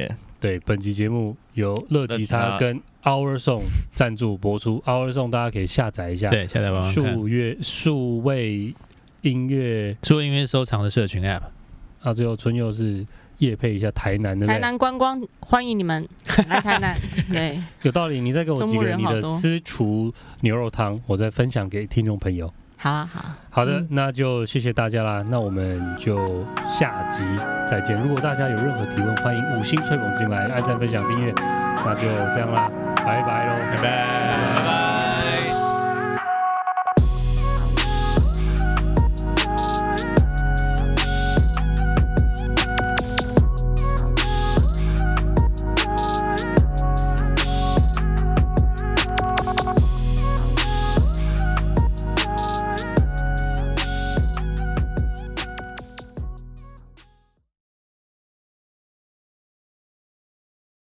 对，本集节目由乐吉他跟 Our Song 赞助播出。Our Song 大家可以下载一下， 对，下载玩玩看。 数乐数位音乐数位音乐收藏的社群 App。 啊，最后春佑是业配一下台南的， 台南观光欢迎你们来台南。对， 有道理。你再给我几个你的私厨牛肉汤，我再分享给听众朋友。 好啊，好， 好的，嗯、那就谢谢大家啦。那我们就下集再见。如果大家有任何提问，欢迎五星吹捧进来，按赞、分享、订阅。那就这样啦，拜拜喽， 拜拜。